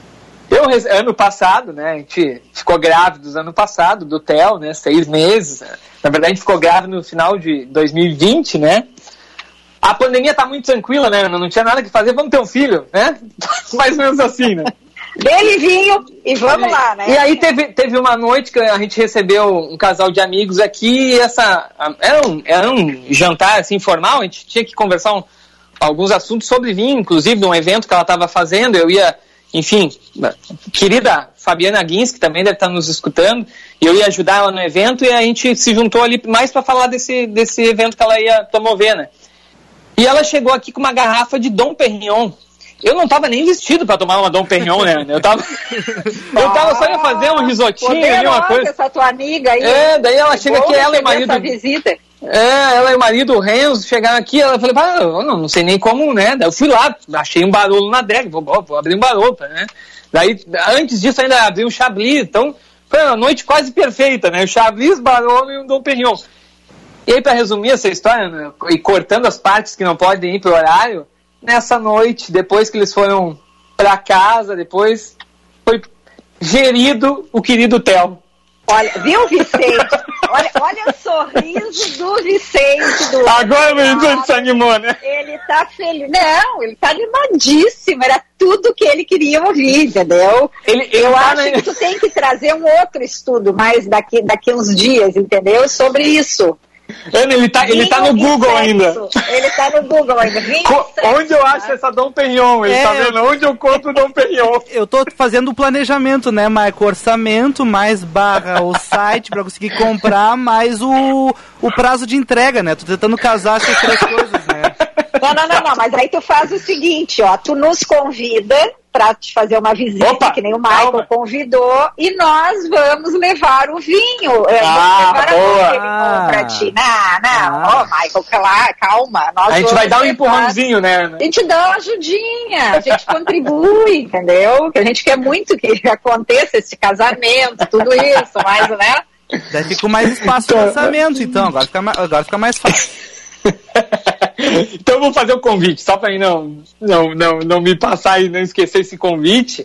S12: ano passado, né, a gente ficou grávidos ano passado, do Theo, né, 6 meses, na verdade a gente ficou grávido no final de 2020, né, a pandemia tá muito tranquila, né, Ana, não tinha nada que fazer, vamos ter um filho, né, mais ou menos assim, né.
S4: Dele vinho e vamos lá, né?
S12: E aí teve uma noite que a gente recebeu um casal de amigos aqui e era um jantar assim, informal, a gente tinha que conversar alguns assuntos sobre vinho, inclusive de um evento que ela estava fazendo, eu ia, enfim, querida Fabiana Guins, que também deve estar nos escutando, e eu ia ajudar ela no evento e a gente se juntou ali mais para falar desse evento que ela ia promover, né? E ela chegou aqui com uma garrafa de Dom Perignon. Eu não tava nem vestido pra tomar uma Dom Perignon, né? Eu tava só ia fazer um risotinho ali, uma coisa.
S4: Essa tua amiga aí.
S12: Daí ela chega aqui, ela e o marido.
S4: Visita.
S12: Ela e o marido, o Renzo, chegaram aqui, ela falou, não sei nem como, né? Daí eu fui lá, achei um barolo na adega, vou abrir um barolo, né? Daí, antes disso, ainda abri um Chablis, então foi uma noite quase perfeita, né? O Chablis, barolo e um Dom Perignon. E aí, pra resumir essa história, né? E cortando as partes que não podem ir pro horário, nessa noite, depois que eles foram pra casa, depois foi gerido o querido Theo.
S4: Olha, viu, Vicente? Olha o sorriso do Vicente.
S12: Agora o Vicente se animou, né?
S4: Ele tá feliz. Não, ele tá animadíssimo. Era tudo que ele queria ouvir, entendeu? Eu acho que tu tem que trazer um outro estudo mais daqui uns dias, entendeu? Sobre isso.
S12: Ana, ele tá no Google ainda.
S4: Ele tá no Google ainda.
S12: Onde eu acho essa Dom Perignon? Ele tá vendo onde eu compro Dom Perignon.
S3: Eu tô fazendo o planejamento, né, Marco? Orçamento, mais barra o site pra conseguir comprar, mais o prazo de entrega, né? Tô tentando casar essas 3 coisas, né?
S4: Não, mas aí tu faz o seguinte, ó, tu nos convida pra te fazer uma visita, que nem o Michael convidou, e nós vamos levar o vinho. Vamos levar a pra ti. Não, Michael, calma.
S12: A gente vai dar um empurrãozinho, né?
S4: A gente dá uma ajudinha, a gente contribui, entendeu? Que a gente quer muito que aconteça esse casamento, tudo isso, mas, né?
S3: Daí fica mais espaço no orçamento, então, agora fica mais fácil.
S12: Então eu vou fazer o convite, só para não me passar e não esquecer esse convite.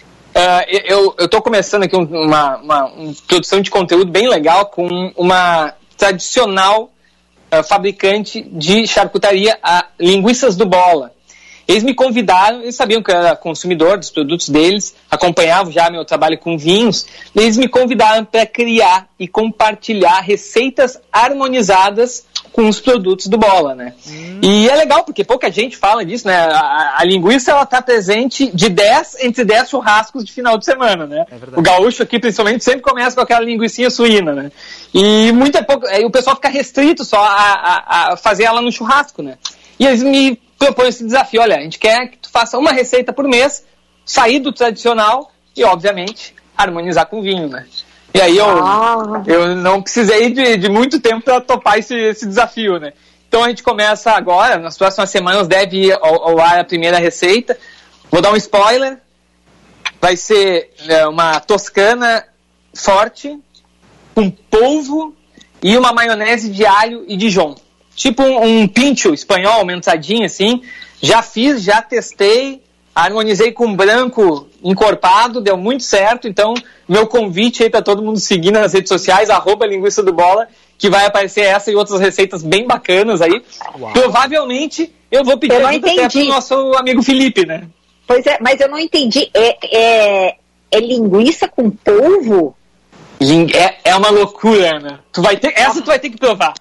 S12: Eu estou começando aqui uma produção de conteúdo bem legal com uma tradicional fabricante de charcutaria, a Linguiças do Bola. Eles me convidaram, eles sabiam que eu era consumidor dos produtos deles, acompanhavam já meu trabalho com vinhos, eles me convidaram para criar e compartilhar receitas harmonizadas com os produtos do Bola, né? E é legal, porque pouca gente fala disso, né? A linguiça, ela tá presente entre 10 churrascos de final de semana, né? O gaúcho aqui, principalmente, sempre começa com aquela linguicinha suína, né? E o pessoal fica restrito só a fazer ela no churrasco, né? E eles me propõem esse desafio, olha, a gente quer que tu faça uma receita por mês, sair do tradicional e, obviamente, harmonizar com vinho, né? E aí eu não precisei de muito tempo para topar esse desafio, né? Então a gente começa agora, nas próximas semanas deve ir ao ar a primeira receita. Vou dar um spoiler. Vai ser uma toscana forte, com polvo e uma maionese de alho e Dijon. Tipo um pincho espanhol, aumentadinho assim. Já fiz, já testei, harmonizei com branco encorpado, deu muito certo. Então, meu convite aí para todo mundo seguir nas redes sociais, @linguiça do Bola, que vai aparecer essa e outras receitas bem bacanas aí. Uau. Provavelmente eu vou pedir ajuda até pro nosso amigo Felipe, né?
S4: Pois é, mas eu não entendi. É linguiça com polvo?
S12: É uma loucura, Ana. Tu vai ter que provar.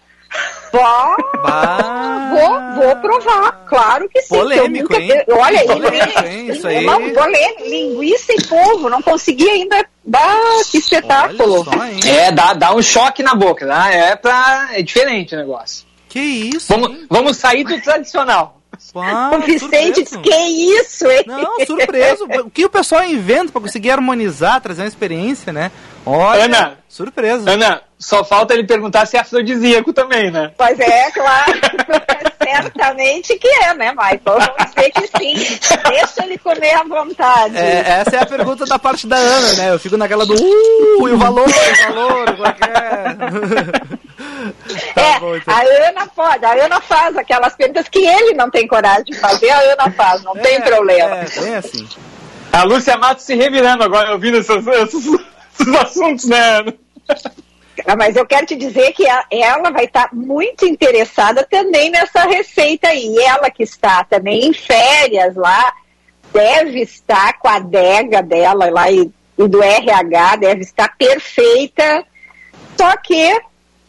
S4: Vou provar, claro que sim.
S3: Polêmico, hein?
S4: Olha
S3: polêmico, hein? Isso aí.
S4: Vou ler linguiça e polvo, não consegui ainda. Que espetáculo.
S3: Só,
S12: dá um choque na boca, né? É diferente o negócio.
S3: Que isso?
S12: Vamos sair do tradicional.
S4: O Vicente disse, que isso, hein?
S3: Não, surpreso. O que o pessoal inventa pra conseguir harmonizar, trazer uma experiência, né? Olha,
S12: Ana,
S3: surpresa.
S12: Ana, só falta ele perguntar se é afrodisíaco também, né?
S4: Pois é, claro. Certamente que é, né, Michael? Vamos dizer que sim. Deixa ele comer à vontade.
S3: Essa é a pergunta da parte da Ana, né? Eu fico naquela do e o valor, como é que é?
S4: Bom, então. A Ana faz aquelas perguntas que ele não tem coragem de fazer, a Ana faz, não tem problema.
S3: É assim.
S12: A Lúcia Matos se revirando agora, ouvindo esses assuntos, né, Ana?
S4: Mas eu quero te dizer que ela vai estar muito interessada também nessa receita aí. Ela que está também em férias lá, deve estar com a adega dela lá e do RH, deve estar perfeita. Só que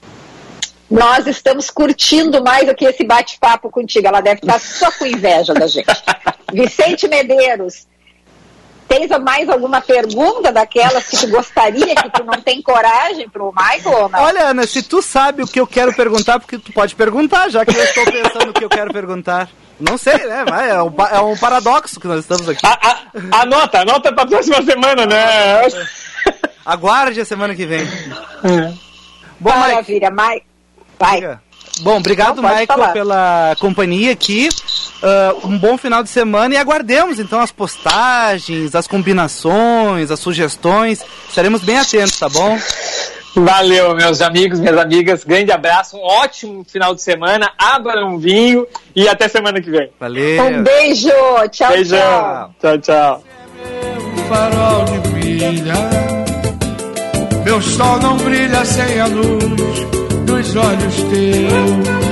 S4: nós estamos curtindo mais do que esse bate-papo contigo. Ela deve estar só com inveja da gente. Vicente Medeiros, tens mais alguma pergunta daquelas que tu gostaria, que tu não tem coragem pro Michael ou não?
S3: Olha, Ana, se tu sabe o que eu quero perguntar, porque tu pode perguntar, já que eu estou pensando o que eu quero perguntar. Não sei, né? É um paradoxo que nós estamos aqui.
S12: Anota pra próxima semana, né?
S3: Aguarde a semana que vem.
S4: Bom, maravilha, Mike. Vai.
S3: Bom, obrigado, Michael, pela companhia aqui. Um bom final de semana e aguardemos então as postagens, as combinações, as sugestões. Estaremos bem atentos, tá bom?
S12: Valeu, meus amigos, minhas amigas. Grande abraço, um ótimo final de semana. Abram um vinho e até semana que vem.
S3: Valeu.
S4: Um beijo. Tchau,
S12: beijão. Tchau.
S6: Meu farol de brilha, meu sol não brilha sem a luz dos olhos teus.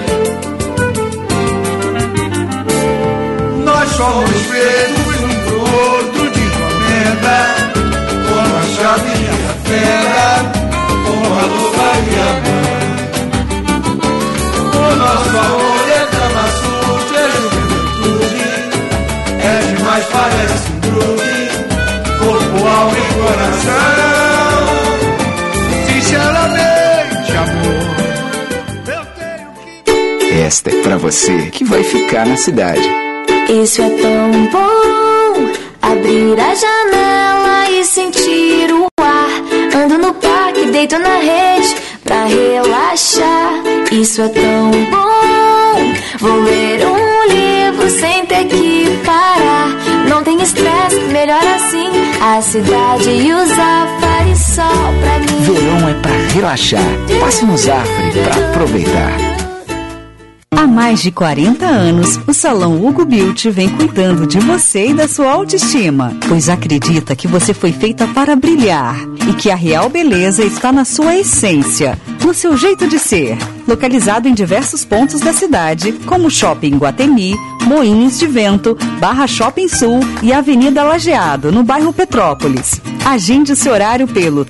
S6: Nós somos feitos num produto de encomenda, como a chave e a fera, como a luva e a mão. O nosso amor é Kama-Sutra, é juventude, é demais, parece um drugue, corpo, alma e coração. Sinceramente, amor, eu tenho que...
S10: Esta é pra você que vai ficar na cidade.
S13: Isso é tão bom, abrir a janela e sentir o ar. Ando no parque, deito na rede pra relaxar. Isso é tão bom, vou ler um livro sem ter que parar. Não tem estresse, melhor assim, a cidade e o Zafari Sol pra mim.
S10: Verão é pra relaxar, passe no Zafari pra aproveitar.
S1: Há mais de 40 anos, o Salão Hugo Beauty vem cuidando de você e da sua autoestima, pois acredita que você foi feita para brilhar e que a real beleza está na sua essência, no seu jeito de ser. localizado em diversos pontos da cidade, como Shopping Guatemi, Moinhos de Vento, Barra Shopping Sul e Avenida Lajeado, no bairro Petrópolis. Agende o seu horário pelo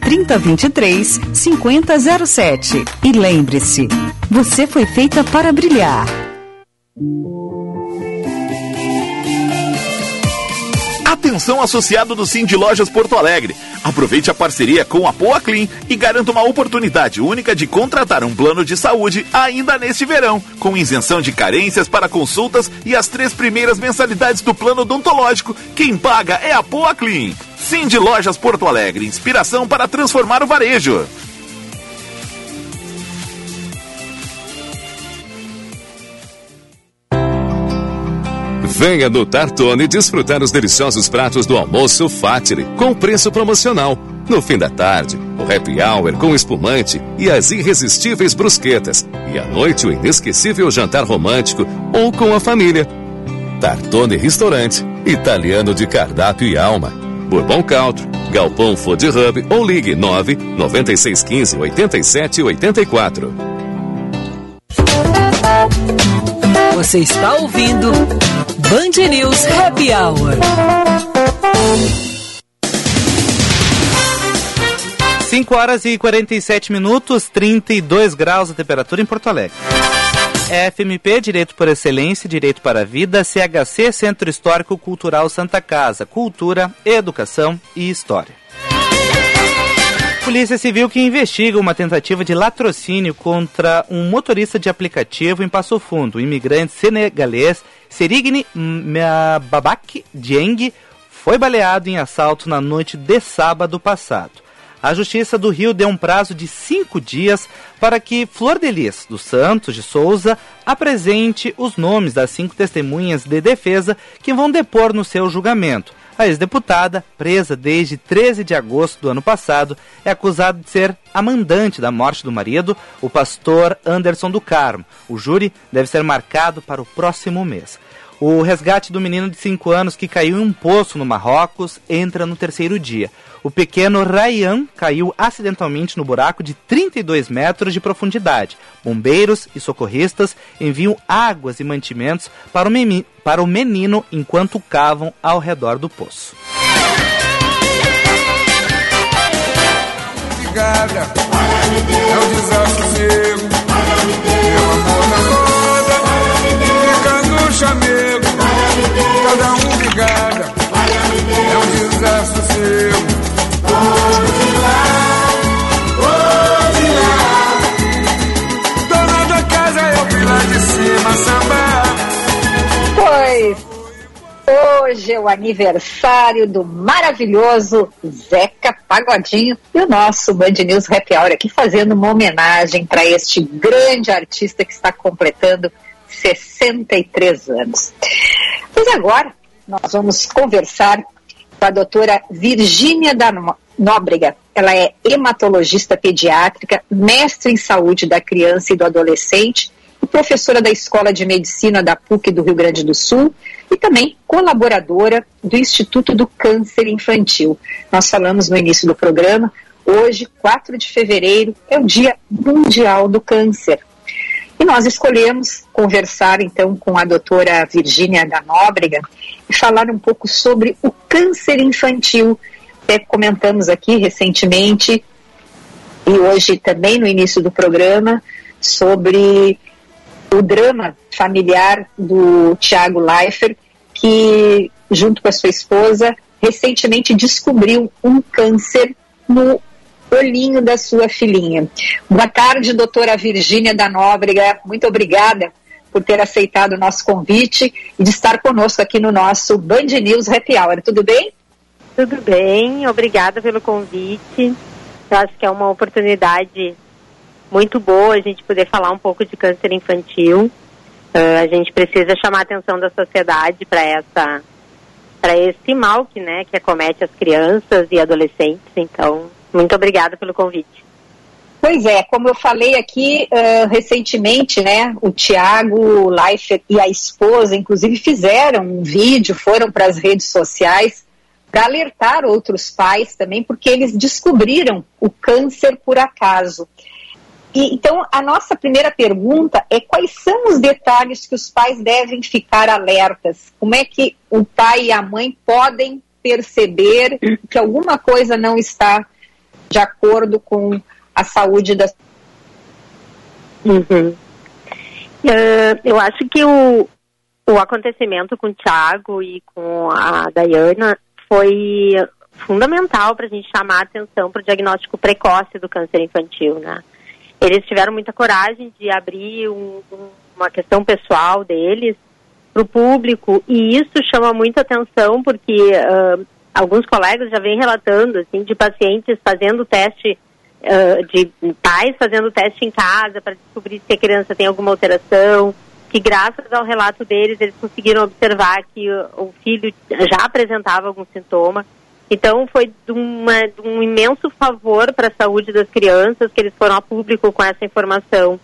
S1: 3023-5007. E lembre-se, você foi feita para brilhar.
S14: Atenção, associado do Cindy Lojas Porto Alegre. Aproveite a parceria com a Poa Clean e garanta uma oportunidade única de contratar um plano de saúde ainda neste verão, com isenção de carências para consultas e as 3 primeiras mensalidades do plano odontológico. Quem paga é a Poa Clean. Cindy Lojas Porto Alegre, inspiração para transformar o varejo.
S11: Venha no Tartone desfrutar os deliciosos pratos do almoço Fatile, com preço promocional. No fim da tarde, o happy hour com espumante e as irresistíveis brusquetas. E à noite, o inesquecível jantar romântico ou com a família. Tartone Restaurante, italiano de cardápio e alma. Bourbon Country, Galpão Food Hub ou ligue 9-9615-8784.
S15: Você está ouvindo Band News Happy Hour.
S3: 5 horas e 47 minutos, 32 graus a temperatura em Porto Alegre. FMP, Direito por Excelência, Direito para a Vida, CHC, Centro Histórico Cultural Santa Casa, Cultura, Educação e História. Polícia Civil que investiga uma tentativa de latrocínio contra um motorista de aplicativo em Passo Fundo. O imigrante senegalês Serigne Babak Dieng foi baleado em assalto na noite de sábado passado. A Justiça do Rio deu um prazo de 5 dias para que Flor de Lis dos Santos de Souza apresente os nomes das 5 testemunhas de defesa que vão depor no seu julgamento. A ex-deputada, presa desde 13 de agosto do ano passado, é acusada de ser a mandante da morte do marido, o pastor Anderson do Carmo. O júri deve ser marcado para o próximo mês. O resgate do menino de 5 anos que caiu em um poço no Marrocos entra no 3º dia. O pequeno Ryan caiu acidentalmente no buraco de 32 metros de profundidade. Bombeiros e socorristas enviam águas e mantimentos para o menino enquanto cavam ao redor do poço.
S6: Obrigada, é um desastre seu, meu amor na roda, fica no chamego, cada um brigada, é um desastre seu. Hoje lá, dona da casa eu vi lá de cima sambar.
S4: Pois, hoje é o aniversário do maravilhoso Zeca Pagodinho e o nosso Band News Happy Hour aqui fazendo uma homenagem para este grande artista que está completando 63 anos. Pois agora nós vamos conversar com a doutora Virgínia da Nóbrega. Ela é hematologista pediátrica, mestre em saúde da criança e do adolescente e professora da Escola de Medicina da PUC do Rio Grande do Sul e também colaboradora do Instituto do Câncer Infantil. Nós falamos no início do programa, hoje, 4 de fevereiro, é o Dia Mundial do Câncer. E nós escolhemos conversar, então, com a doutora Virgínia da Nóbrega e falar um pouco sobre o câncer infantil. Até comentamos aqui recentemente, e hoje também no início do programa, sobre o drama familiar do Tiago Leifert, que, junto com a sua esposa, recentemente descobriu um câncer no olhinho da sua filhinha. Boa tarde, doutora Virgínia da Nóbrega. Muito obrigada por ter aceitado o nosso convite e de estar conosco aqui no nosso Band News Happy Hour. Tudo bem?
S16: Tudo bem, obrigada pelo convite. Eu acho que é uma oportunidade muito boa a gente poder falar um pouco de câncer infantil. A gente precisa chamar a atenção da sociedade para esse mal que acomete as crianças e adolescentes. Então, muito obrigada pelo convite.
S4: Pois é, como eu falei aqui recentemente, o Tiago Leifert e a esposa, inclusive, fizeram um vídeo, foram para as redes sociais para alertar outros pais também, porque eles descobriram o câncer por acaso. Então, a nossa primeira pergunta é quais são os detalhes que os pais devem ficar alertas? Como é que o pai e a mãe podem perceber que alguma coisa não está de acordo com a saúde das...
S16: Eu acho que o acontecimento com o Thiago e com a Dayana foi fundamental para a gente chamar a atenção para o diagnóstico precoce do câncer infantil, né? Eles tiveram muita coragem de abrir uma questão pessoal deles para o público, e isso chama muita atenção porque alguns colegas já vêm relatando assim, de pacientes fazendo teste, de pais fazendo teste em casa para descobrir se a criança tem alguma alteração, que graças ao relato deles eles conseguiram observar que o filho já apresentava algum sintoma. Então foi de um imenso favor para a saúde das crianças que eles foram a público com essa informação.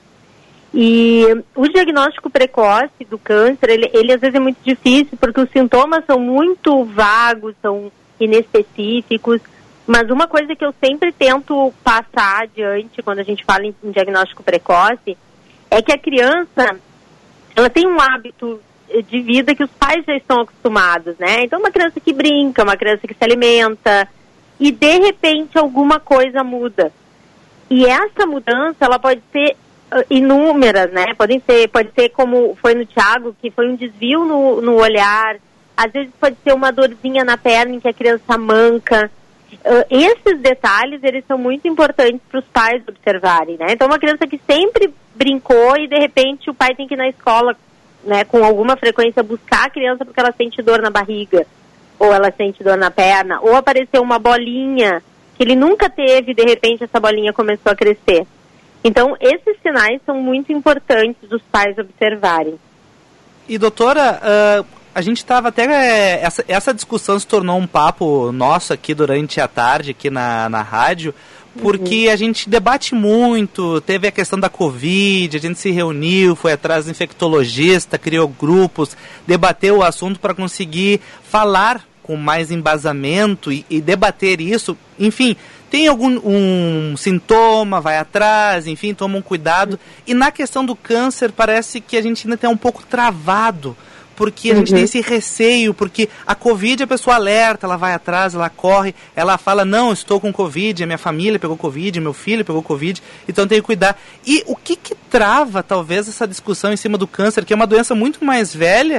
S16: E o diagnóstico precoce do câncer, ele às vezes é muito difícil porque os sintomas são muito vagos, são inespecíficos, mas uma coisa que eu sempre tento passar adiante quando a gente fala em diagnóstico precoce é que a criança, ela tem um hábito de vida que os pais já estão acostumados, né? Então uma criança que brinca, uma criança que se alimenta e de repente alguma coisa muda. E essa mudança, ela pode ser inúmeras, né? Pode ser como foi no Thiago, que foi um desvio no olhar, às vezes pode ser uma dorzinha na perna em que a criança manca. Esses detalhes, eles são muito importantes para os pais observarem, né? Então uma criança que sempre brincou e de repente o pai tem que ir na escola, né, com alguma frequência buscar a criança porque ela sente dor na barriga, ou ela sente dor na perna, ou apareceu uma bolinha que ele nunca teve, de repente essa bolinha começou a crescer. Então, esses sinais são muito importantes dos pais observarem.
S3: E doutora, a gente estava até... Essa discussão se tornou um papo nosso aqui durante a tarde, aqui na rádio, porque a gente debate muito, teve a questão da Covid, a gente se reuniu, foi atrás do infectologista, criou grupos, debateu o assunto para conseguir falar com mais embasamento e debater isso. Enfim, tem algum sintoma, vai atrás, enfim, toma um cuidado. E na questão do câncer, parece que a gente ainda tem um pouco travado, porque a gente tem esse receio, porque a Covid a pessoa alerta, ela vai atrás, ela corre, ela fala, não, estou com Covid, a minha família pegou Covid, meu filho pegou Covid, então tenho que cuidar. E o que trava, talvez, essa discussão em cima do câncer, que é uma doença muito mais velha,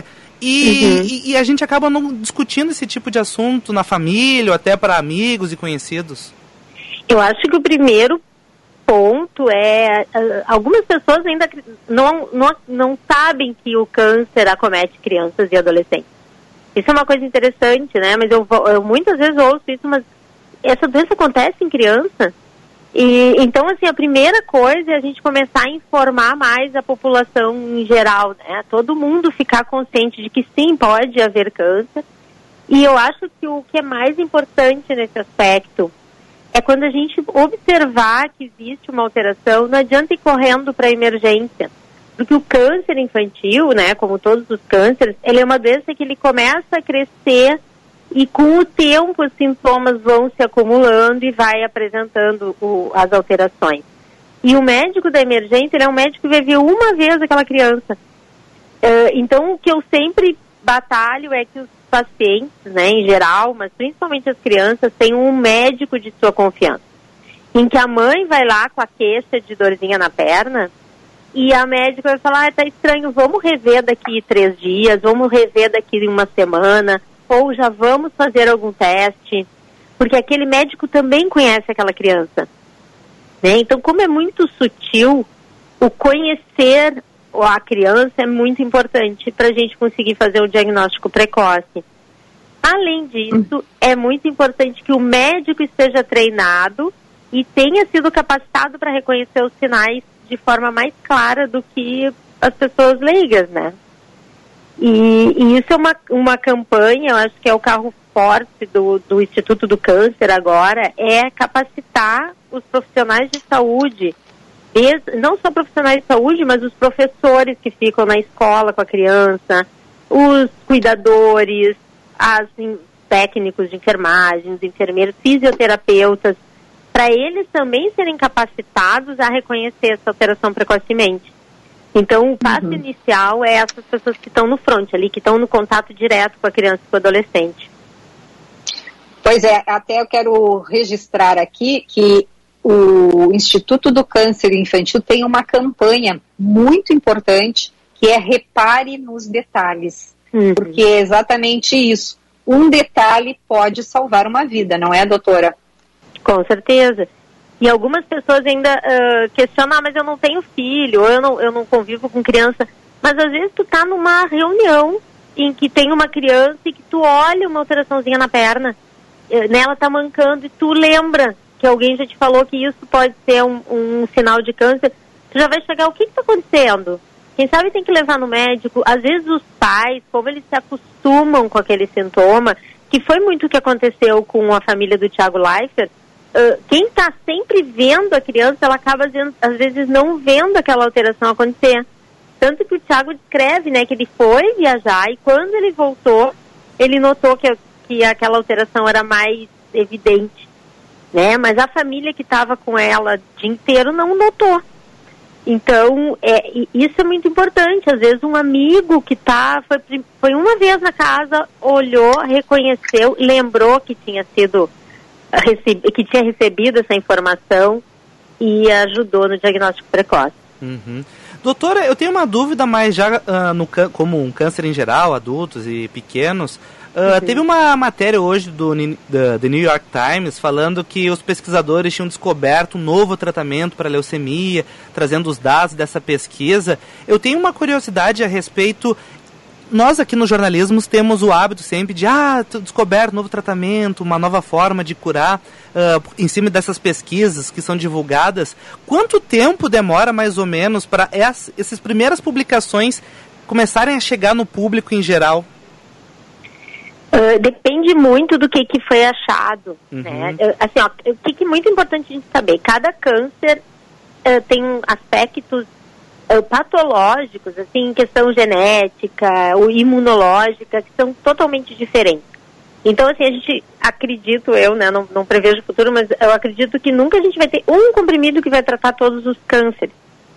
S3: e a gente acaba não discutindo esse tipo de assunto na família, ou até para amigos e conhecidos?
S16: Eu acho que o primeiro ponto é, algumas pessoas ainda não sabem que o câncer acomete crianças e adolescentes. Isso é uma coisa interessante, né? Mas eu muitas vezes ouço isso, mas essa doença acontece em criança? E então, assim, a primeira coisa é a gente começar a informar mais a população em geral, né? Todo mundo ficar consciente de que sim, pode haver câncer. E eu acho que o que é mais importante nesse aspecto é quando a gente observar que existe uma alteração, não adianta ir correndo para a emergência. Porque o câncer infantil, né, como todos os cânceres, ele é uma doença que ele começa a crescer e com o tempo os sintomas vão se acumulando e vai apresentando as alterações. E o médico da emergência, ele é um médico que vai ver uma vez aquela criança. Então, o que eu sempre batalho é que os pacientes, né, em geral, mas principalmente as crianças, têm um médico de sua confiança, em que a mãe vai lá com a queixa de dorzinha na perna e a médica vai falar, tá estranho, vamos rever daqui 3 dias, vamos rever daqui 1 semana, ou já vamos fazer algum teste, porque aquele médico também conhece aquela criança, né? Então, como é muito sutil, o conhecer a criança é muito importante para a gente conseguir fazer o diagnóstico precoce. Além disso, é muito importante que o médico esteja treinado e tenha sido capacitado para reconhecer os sinais de forma mais clara do que as pessoas leigas, né? E isso é uma campanha, eu acho que é o carro forte do Instituto do Câncer agora, é capacitar os profissionais de saúde, não só profissionais de saúde, mas os professores que ficam na escola com a criança, os cuidadores, técnicos de enfermagem, os enfermeiros, fisioterapeutas, para eles também serem capacitados a reconhecer essa alteração precocemente. Então, o passo inicial é essas pessoas que estão no front ali, que estão no contato direto com a criança e com o adolescente.
S4: Pois é, até eu quero registrar aqui que o Instituto do Câncer Infantil tem uma campanha muito importante, que é Repare nos Detalhes. Porque é exatamente isso. Um detalhe pode salvar uma vida, não é, doutora?
S16: Com certeza. E algumas pessoas ainda questionam, mas eu não tenho filho, ou eu não convivo com criança. Mas às vezes tu tá numa reunião em que tem uma criança e que tu olha uma alteraçãozinha na perna, ela tá mancando e tu lembra que alguém já te falou que isso pode ser um sinal de câncer. Tu já vai chegar, o que tá acontecendo? Quem sabe tem que levar no médico. Às vezes os pais, como eles se acostumam com aquele sintoma, que foi muito o que aconteceu com a família do Thiago Leifert, quem está sempre vendo a criança, ela acaba, às vezes, não vendo aquela alteração acontecer. Tanto que o Thiago descreve, né, que ele foi viajar e quando ele voltou, ele notou que aquela alteração era mais evidente, né? Mas a família que estava com ela o dia inteiro não notou. Então, isso é muito importante. Às vezes um amigo que foi uma vez na casa, olhou, reconheceu, lembrou que tinha recebido essa informação e ajudou no diagnóstico precoce.
S3: Doutora, eu tenho uma dúvida, mas já como um câncer em geral, adultos e pequenos, teve uma matéria hoje do The New York Times falando que os pesquisadores tinham descoberto um novo tratamento para leucemia, trazendo os dados dessa pesquisa. Eu tenho uma curiosidade a respeito. Nós aqui no jornalismo temos o hábito sempre de descoberto um novo tratamento, uma nova forma de curar em cima dessas pesquisas que são divulgadas. Quanto tempo demora mais ou menos para essas primeiras publicações começarem a chegar no público em geral?
S16: Depende muito do que foi achado, né? Assim, o que é muito importante a gente saber, cada câncer tem aspectos patológicos, assim, questão genética ou imunológica, que são totalmente diferentes. Então, assim, a gente, acredito eu, né, não prevejo o futuro, mas eu acredito que nunca a gente vai ter um comprimido que vai tratar todos os cânceres.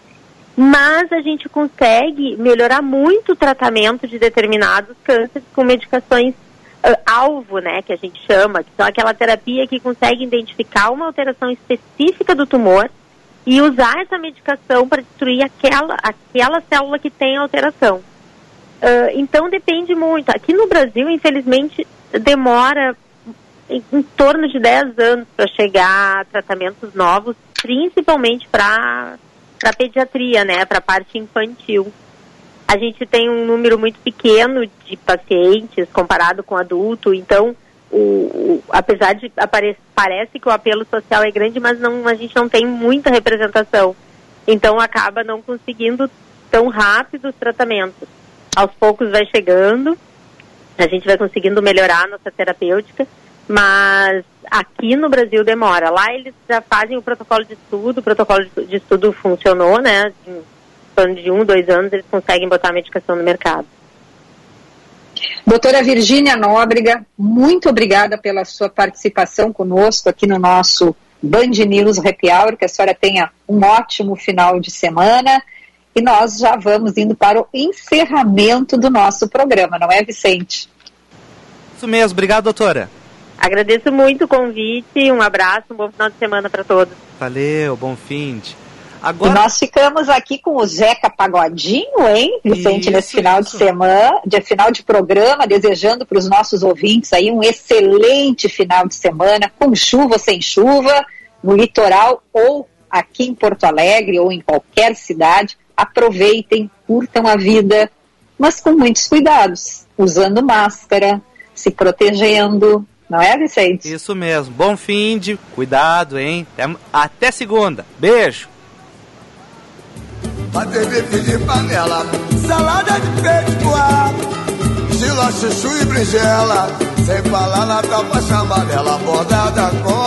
S16: Mas a gente consegue melhorar muito o tratamento de determinados cânceres com medicações alvo, né, que a gente chama, que são aquela terapia que consegue identificar uma alteração específica do tumor e usar essa medicação para destruir aquela célula que tem a alteração. Então depende muito. Aqui no Brasil, infelizmente, demora em torno de 10 anos para chegar a tratamentos novos, principalmente para a pediatria, né, para a parte infantil. A gente tem um número muito pequeno de pacientes comparado com adulto, então apesar de parece que o apelo social é grande, mas a gente não tem muita representação. Então acaba não conseguindo tão rápido os tratamentos. Aos poucos vai chegando, a gente vai conseguindo melhorar a nossa terapêutica, mas aqui no Brasil demora. Lá eles já fazem o protocolo de estudo funcionou, né? Em torno de 1, 2 anos eles conseguem botar a medicação no mercado.
S4: Doutora Virgínia Nóbrega, muito obrigada pela sua participação conosco aqui no nosso Band News Happy Hour, que a senhora tenha um ótimo final de semana e nós já vamos indo para o encerramento do nosso programa, não é, Vicente?
S3: Isso mesmo, obrigado, doutora.
S16: Agradeço muito o convite, um abraço, um bom final de semana para todos.
S3: Valeu, bom fim de...
S4: Agora... E nós ficamos aqui com o Zeca Pagodinho, hein, Vicente, nesse final de semana, final de programa, desejando para os nossos ouvintes aí um excelente final de semana, com chuva ou sem chuva, no litoral ou aqui em Porto Alegre ou em qualquer cidade. Aproveitem, curtam a vida, mas com muitos cuidados, usando máscara, se protegendo, não é, Vicente?
S3: Isso mesmo, bom fim de, cuidado, hein, até segunda, beijo.
S6: Bater bife de panela, salada de peito coado, estilo chuchu e berinjela, sem falar na tapa chamadela, bordada com